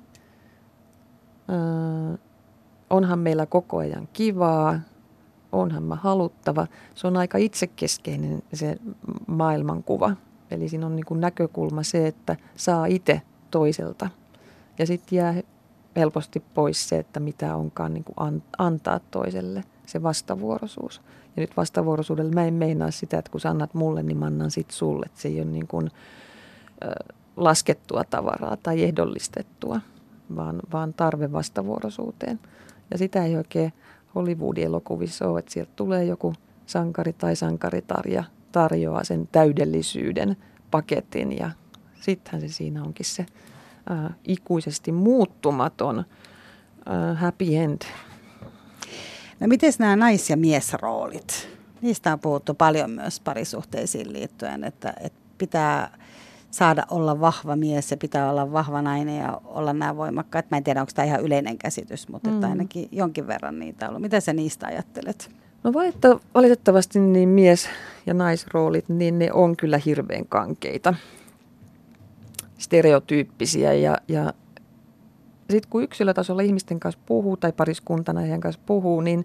Onhan meillä koko ajan kivaa, onhan mä haluttava. Se on aika itsekeskeinen se maailmankuva. Eli siinä on niin kuin näkökulma se, että saa itse toiselta. Ja sitten jää helposti pois se, että mitä onkaan niin kuin antaa toiselle, se vastavuoroisuus. Ja nyt vastavuoroisuudella mä en meinaa sitä, että kun sä annat mulle, niin mä annan sit sulle. Että se ei ole niin kuin laskettua tavaraa tai ehdollistettua, vaan tarve vastavuoroisuuteen. Ja sitä ei oikein Hollywood-elokuvissa ole, että sieltä tulee joku sankari tai sankaritar ja tarjoaa sen täydellisyyden paketin ja sittenhän se siinä onkin se ikuisesti muuttumaton happy end. No miten nämä nais- ja miesroolit? Niistä on puhuttu paljon myös parisuhteisiin liittyen, että pitää saada olla vahva mies ja pitää olla vahva nainen ja olla nämä voimakkaat. Mä en tiedä, onko tämä ihan yleinen käsitys, mutta että ainakin jonkin verran niitä on ollut. Mitä sä niistä ajattelet? No valitettavasti niin mies- ja naisroolit, niin ne on kyllä hirveän kankeita, stereotyyppisiä ja sitten kun yksilötasolla ihmisten kanssa puhuu tai pariskuntana heidän kanssa puhuu, niin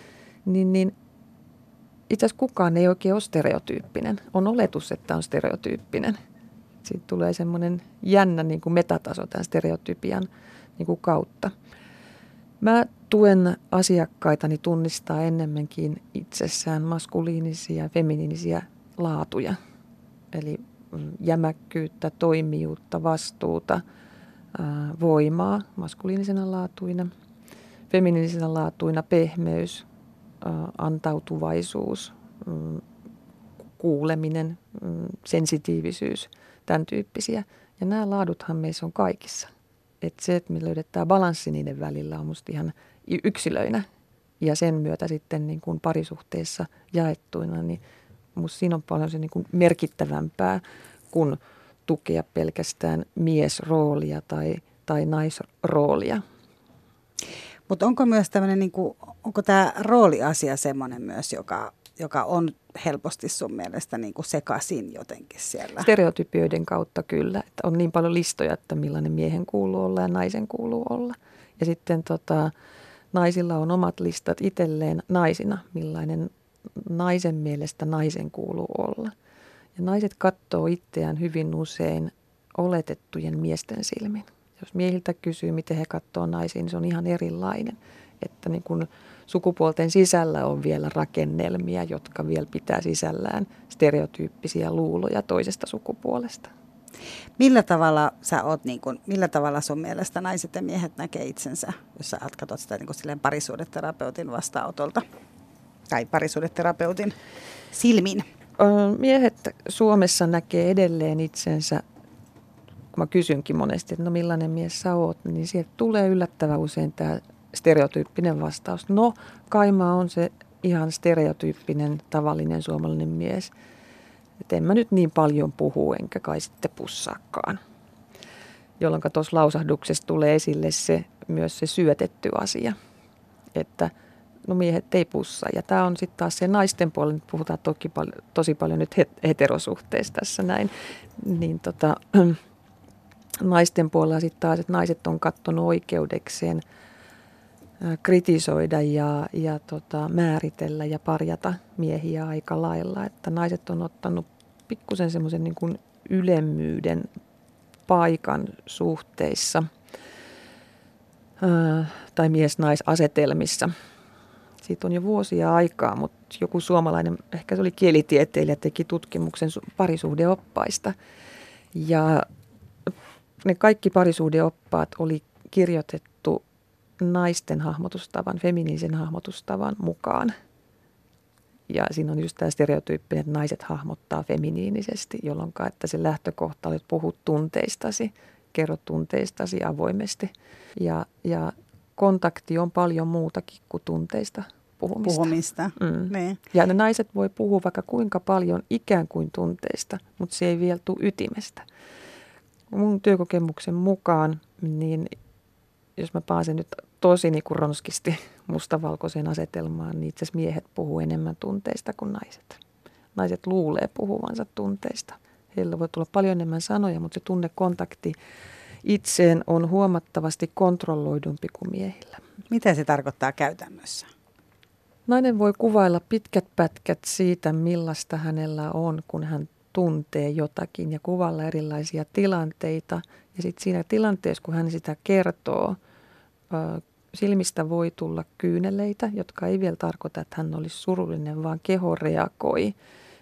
itse asiassa kukaan ei oikein ole stereotyyppinen. On oletus, että on stereotyyppinen. Siitä tulee semmoinen jännä niin kuin metataso tämän stereotypian niin kuin kautta. Mä tuen asiakkaitani tunnistaa enemmänkin itsessään maskuliinisia ja feminiinisiä laatuja. Eli jämäkkyyttä, toimijuutta, vastuuta, voimaa maskuliinisena laatuina, feminiinisenä laatuina pehmeys, antautuvaisuus, kuuleminen, sensitiivisyys, tämän tyyppisiä. Ja nämä laaduthan meissä on kaikissa. Että se, että me löydetään balanssi niiden välillä on musta ihan yksilöinä ja sen myötä sitten niin kuin parisuhteessa jaettuina, niin musta siinä on paljon se niin kuin merkittävämpää kuin tukea pelkästään miesroolia tai naisroolia. Mutta onko myös tämmöinen, niin kuin, onko tämä rooliasia semmoinen myös, joka on helposti sun mielestä niin kuin sekaisin jotenkin siellä? Stereotypioiden kautta kyllä, että on niin paljon listoja, että millainen miehen kuuluu olla ja naisen kuuluu olla. Ja sitten naisilla on omat listat itselleen naisina, millainen naisen mielestä naisen kuuluu olla. Ja naiset katsoo itseään hyvin usein oletettujen miesten silmin. Jos miehiltä kysyy, miten he katsoo naisiin, niin se on ihan erilainen. Että niin kun sukupuolten sisällä on vielä rakennelmia, jotka vielä pitää sisällään stereotyyppisiä luuloja toisesta sukupuolesta. Millä tavalla millä tavalla sun mielestä naiset ja miehet näkee itsensä, jos sä katsot sitä niin kuin silleen parisuhdeterapeutin vastaanotolta tai parisuhdeterapeutin silmin? Miehet Suomessa näkee edelleen itsensä, kun mä kysynkin monesti, että no millainen mies sä oot, niin sieltä tulee yllättävän usein tämä stereotyyppinen vastaus. No, Kaima on se ihan stereotyyppinen tavallinen suomalainen mies. Et en mä nyt niin paljon puhu, enkä kai sitten pussaakaan. Jolloin tuossa lausahduksessa tulee esille myös se syötetty asia, että no miehet ei pussaa. Ja tämä on sitten taas se naisten puolella, nyt puhutaan tosi paljon nyt heterosuhteessa tässä näin, niin naisten puolella sitten taas, että naiset on katsonut oikeudekseen kritisoida ja määritellä ja parjata miehiä aika lailla. Että naiset on ottanut pikkusen semmoisen niin kuin ylemmyyden paikan suhteissa tai mies-naisasetelmissa. Siitä on jo vuosia aikaa, mutta joku suomalainen, ehkä se oli kielitieteilijä, teki tutkimuksen parisuhdeoppaista. Ja ne kaikki parisuhdeoppaat oli kirjoitettu naisten hahmotustavan, feminiinisen hahmotustavan mukaan. Ja siinä on just tämä stereotyyppinen, että naiset hahmottaa feminiinisesti, jolloin että se lähtökohta oli, että puhu tunteistasi, kerro tunteistasi avoimesti. Ja kontakti on paljon muutakin kuin tunteista puhumista. Niin. Ja ne naiset voi puhua vaikka kuinka paljon ikään kuin tunteista, mutta se ei vielä tule ytimestä. Mun työkokemuksen mukaan, niin jos mä pääsen nyt tosi niin kuin ronskisti mustavalkoiseen asetelmaan, niin itse asiassa miehet puhuu enemmän tunteista kuin naiset. Naiset luulee puhuvansa tunteista. Heillä voi tulla paljon enemmän sanoja, mutta se tunnekontakti itseen on huomattavasti kontrolloidumpi kuin miehillä. Mitä se tarkoittaa käytännössä? Nainen voi kuvailla pitkät pätkät siitä, millaista hänellä on, kun hän tuntee jotakin ja kuvailla erilaisia tilanteita. Ja sitten siinä tilanteessa, kun hän sitä kertoo, silmistä voi tulla kyyneleitä, jotka ei vielä tarkoita, että hän olisi surullinen, vaan keho reagoi.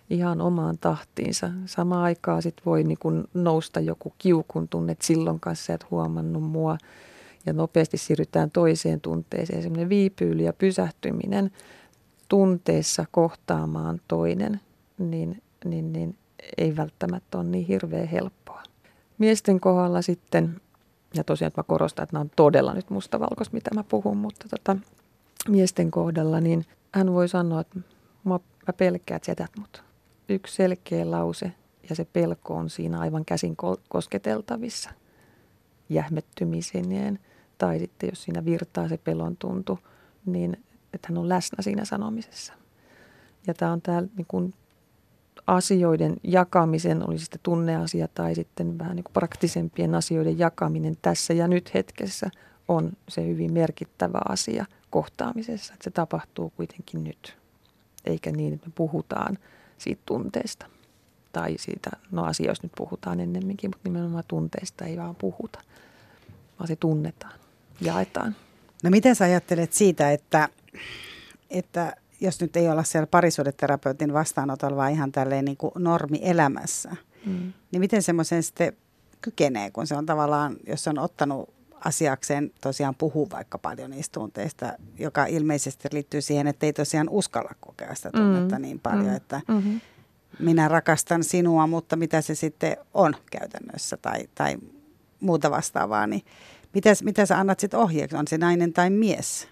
ihan omaan tahtiinsa. Samaan aikaan sit voi niin kun nousta joku kiukun tunne, että silloin kanssa et huomannut mua. Ja nopeasti siirrytään toiseen tunteeseen. Semmoinen viipyily ja pysähtyminen tunteessa kohtaamaan toinen, niin ei välttämättä ole niin hirveän helppoa. Miesten kohdalla sitten, ja tosiaan että mä korostan, että nämä on todella nyt mustavalkoista, mitä mä puhun, mutta miesten kohdalla, niin hän voi sanoa, että mä pelkään, että jätät mut. Yksi selkeä lause ja se pelko on siinä aivan käsin kosketeltavissa jähmettymisineen. Tai sitten jos siinä virtaa se pelon tuntu, niin että hän on läsnä siinä sanomisessa. Ja tämä on täällä niin kuin asioiden jakamisen, oli sitten tunneasia tai sitten vähän niin kuin praktisempien asioiden jakaminen tässä ja nyt hetkessä on se hyvin merkittävä asia kohtaamisessa. Että se tapahtuu kuitenkin nyt, eikä niin, että me puhutaan siitä tunteesta. Tai siitä, asioista nyt puhutaan ennemminkin, mutta nimenomaan tunteista ei vaan puhuta, vaan se tunnetaan, jaetaan. No miten sä ajattelet siitä, että jos nyt ei olla siellä parisuhdeterapeutin vastaanotolla, vaan ihan tälleen niin kuin normielämässä, niin miten semmoisen sitten kykenee, kun se on tavallaan, jos on ottanut asiakseen tosiaan puhuu vaikka paljon niistä tunteista, joka ilmeisesti liittyy siihen, että ei tosiaan uskalla kokea sitä tunnetta niin paljon, että minä rakastan sinua, mutta mitä se sitten on käytännössä tai muuta vastaavaa, niin mitä sä annat sitten ohjeeksi? On se nainen tai mies?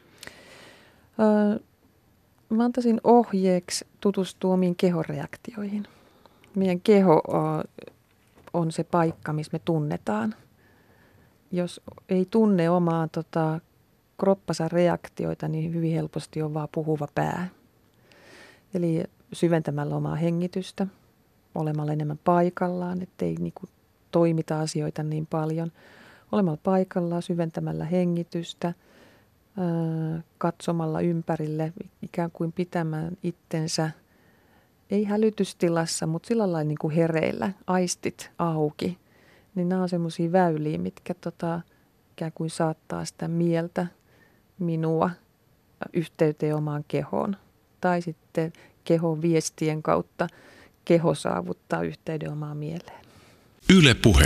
Mä antaisin ohjeeksi tutustua omiin kehoreaktioihin. Meidän keho on se paikka, missä me tunnetaan. Jos ei tunne omaa kroppansa reaktioita, niin hyvin helposti on vaan puhuva pää. Eli syventämällä omaa hengitystä, olemalla enemmän paikallaan, ettei niinku toimita asioita niin paljon. Olemalla paikallaan, syventämällä hengitystä, katsomalla ympärille, ikään kuin pitämään itsensä, ei hälytystilassa, mutta sillä lailla niin kuin hereillä, aistit auki. Niin nämä on semmoisia väyliä, mitkä ikään kuin saattaa sitä mieltä, minua, yhteyteen omaan kehoon. Tai sitten kehon viestien kautta keho saavuttaa yhteyden omaan mieleen. Yle Puhe.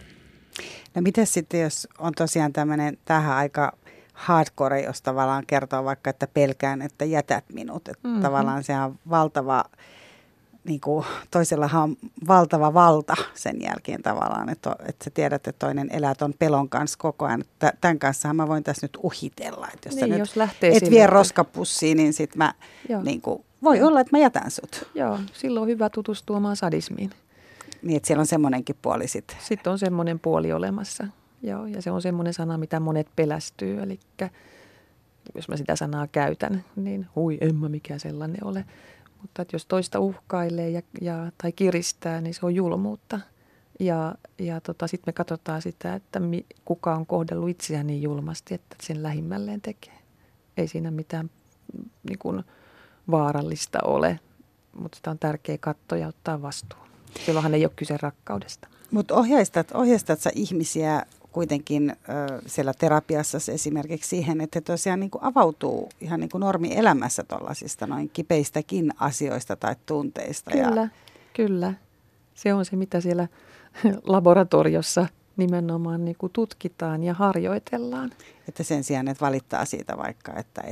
No miten sitten, jos on tosiaan tähän aika hardcore, jos tavallaan kertoo vaikka, että pelkään, että jätät minut. Että tavallaan se on valtava, niin kuin toisellahan on valtava valta sen jälkeen tavallaan, että sä tiedät, että toinen elää ton pelon kanssa koko ajan. Tämän kanssahan mä voin tässä nyt uhitella. Että jos niin, sä jos nyt et vie roskapussiin, niin sit mä niin kuin, voi olla, että mä jätän sut. Joo, silloin on hyvä tutustua omaan sadismiin. Niin, että siellä on semmoinenkin puoli sitten. Sitten on semmoinen puoli olemassa. Joo, ja se on semmoinen sana, mitä monet pelästyy. Eli jos mä sitä sanaa käytän, niin en mä mikään sellainen ole. Mutta että jos toista uhkailee tai kiristää, niin se on julmuutta. Ja sitten me katsotaan sitä, että kuka on kohdellut itseään niin julmasti, että sen lähimmälleen tekee. Ei siinä mitään niin kuin vaarallista ole, mutta sitä on tärkeää katsoa ja ottaa vastuu. Silloinhan ei ole kyse rakkaudesta. Mutta ohjeistat sä ihmisiä kuitenkin siellä terapiassa esimerkiksi siihen, että he tosiaan niin kuin avautuu ihan niin kuin normielämässä tuollaisista noin kipeistäkin asioista tai tunteista. Kyllä. Se on se, mitä siellä laboratoriossa nimenomaan niin kuin tutkitaan ja harjoitellaan. Että sen sijaan, että valittaa siitä vaikka, että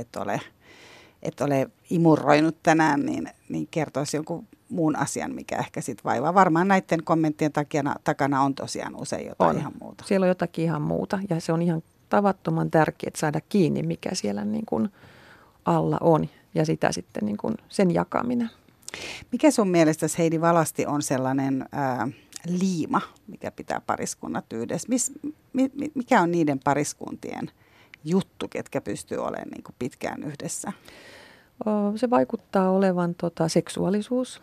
et ole imuroinut tänään, niin kertoisi jonkun muun asian, mikä ehkä sitten vaivaa. Varmaan näiden kommenttien takana on tosiaan usein jotain ihan muuta. Siellä on jotakin ihan muuta ja se on ihan tavattoman tärkeää saada kiinni, mikä siellä niin kuin alla on ja sitä sitten niin kuin sen jakaminen. Mikä sun mielestäsi, Heidi Valasti, on sellainen liima, mikä pitää pariskunnat yhdessä? Mikä on niiden pariskuntien juttu, ketkä pystyy olemaan niin kuin pitkään yhdessä? Se vaikuttaa olevan seksuaalisuus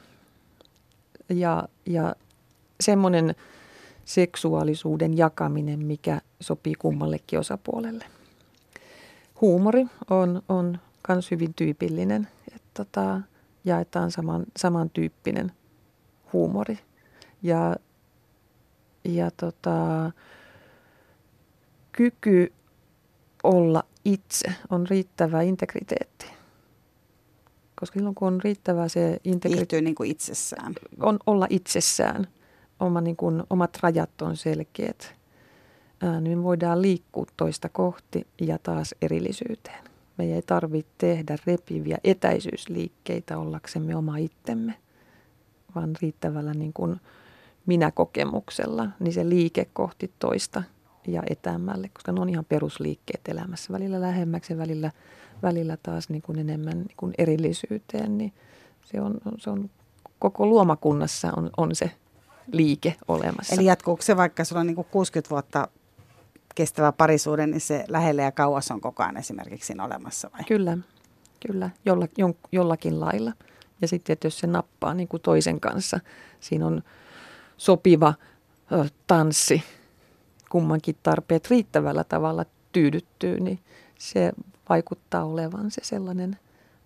ja semmoinen seksuaalisuuden jakaminen, mikä sopii kummallekin osapuolelle. Huumori on myös hyvin tyypillinen, että jaetaan samantyyppinen huumori ja kyky olla itse on riittävä integriteetti. Koska silloin kun on riittävää se Viihtyy niin kuin itsessään. on olla itsessään, omat rajat on selkeät, niin me voidaan liikkua toista kohti ja taas erillisyyteen. Meidän ei tarvitse tehdä repiviä etäisyysliikkeitä ollaksemme oma itsemme, vaan riittävällä niin kuin minäkokemuksella, niin se liike kohti toista ja etäämmälle, koska ne on ihan perusliikkeet elämässä. Välillä lähemmäksi ja välillä taas niin kuin enemmän niin kuin erillisyyteen, niin se on koko luomakunnassa on se liike olemassa. Eli jatkuuko se, vaikka sulla on niin kuin 60 vuotta kestävä parisuuden, niin se lähellä ja kauas on koko ajan esimerkiksi siinä olemassa vai? Kyllä, jollakin lailla. Ja sitten, että jos se nappaa niin kuin toisen kanssa, siinä on sopiva tanssi, kummankin tarpeet riittävällä tavalla tyydyttyy, niin se vaikuttaa olevan se sellainen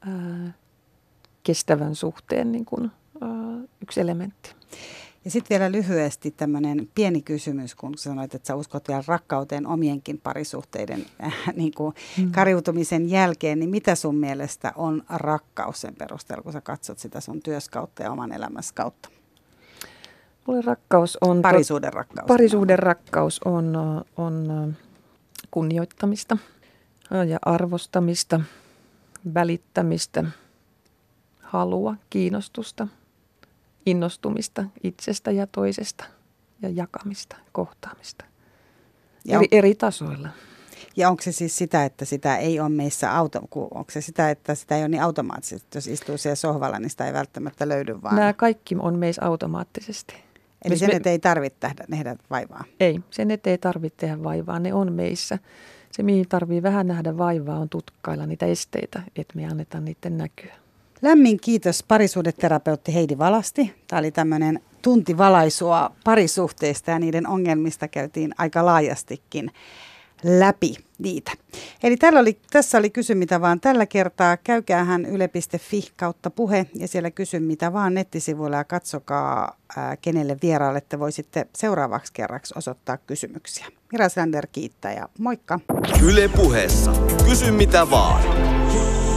kestävän suhteen niin kuin, yksi elementti. Ja sitten vielä lyhyesti tämmöinen pieni kysymys, kun sanoit, että sä uskot vielä rakkauteen omienkin parisuhteiden niin kuin kariutumisen jälkeen, niin mitä sun mielestä on rakkaus sen perusteella, kun sä katsot sitä sun työskautta ja oman elämässä kautta? Mulle rakkaus on... Parisuuden rakkaus. Parisuuden rakkaus on kunnioittamista ja arvostamista, välittämistä, halua, kiinnostusta, innostumista itsestä ja toisesta ja jakamista, kohtaamista eri tasoilla. Ja onko se siis sitä, että sitä ei ole meissä onko se sitä, että sitä ei ole niin automaattisesti, jos istuu siellä sohvalla, niin sitä ei välttämättä löydy vaan? Nämä kaikki on meissä automaattisesti. Eli sen eteen ei tarvitse tehdä vaivaa? Ei, sen eteen ei tarvitse tehdä vaivaa, ne on meissä. Se, mihin tarvii vähän nähdä vaivaa, on tutkailla niitä esteitä, että me annetaan niiden näkyä. Lämmin kiitos parisuhdeterapeutti Heidi Valasti. Tämä oli tämmöinen tunti valaisua parisuhteista ja niiden ongelmista käytiin aika laajastikin läpi niitä. Eli tässä oli Kysy mitä vaan tällä kertaa. Käykäähän yle.fi/puhe ja siellä Kysy mitä vaan nettisivuilla ja katsokaa kenelle vierailette. Voisitte seuraavaksi kerraksi osoittaa kysymyksiä. Mira Sander kiittää ja moikka. Yle Puheessa. Kysy mitä vaan.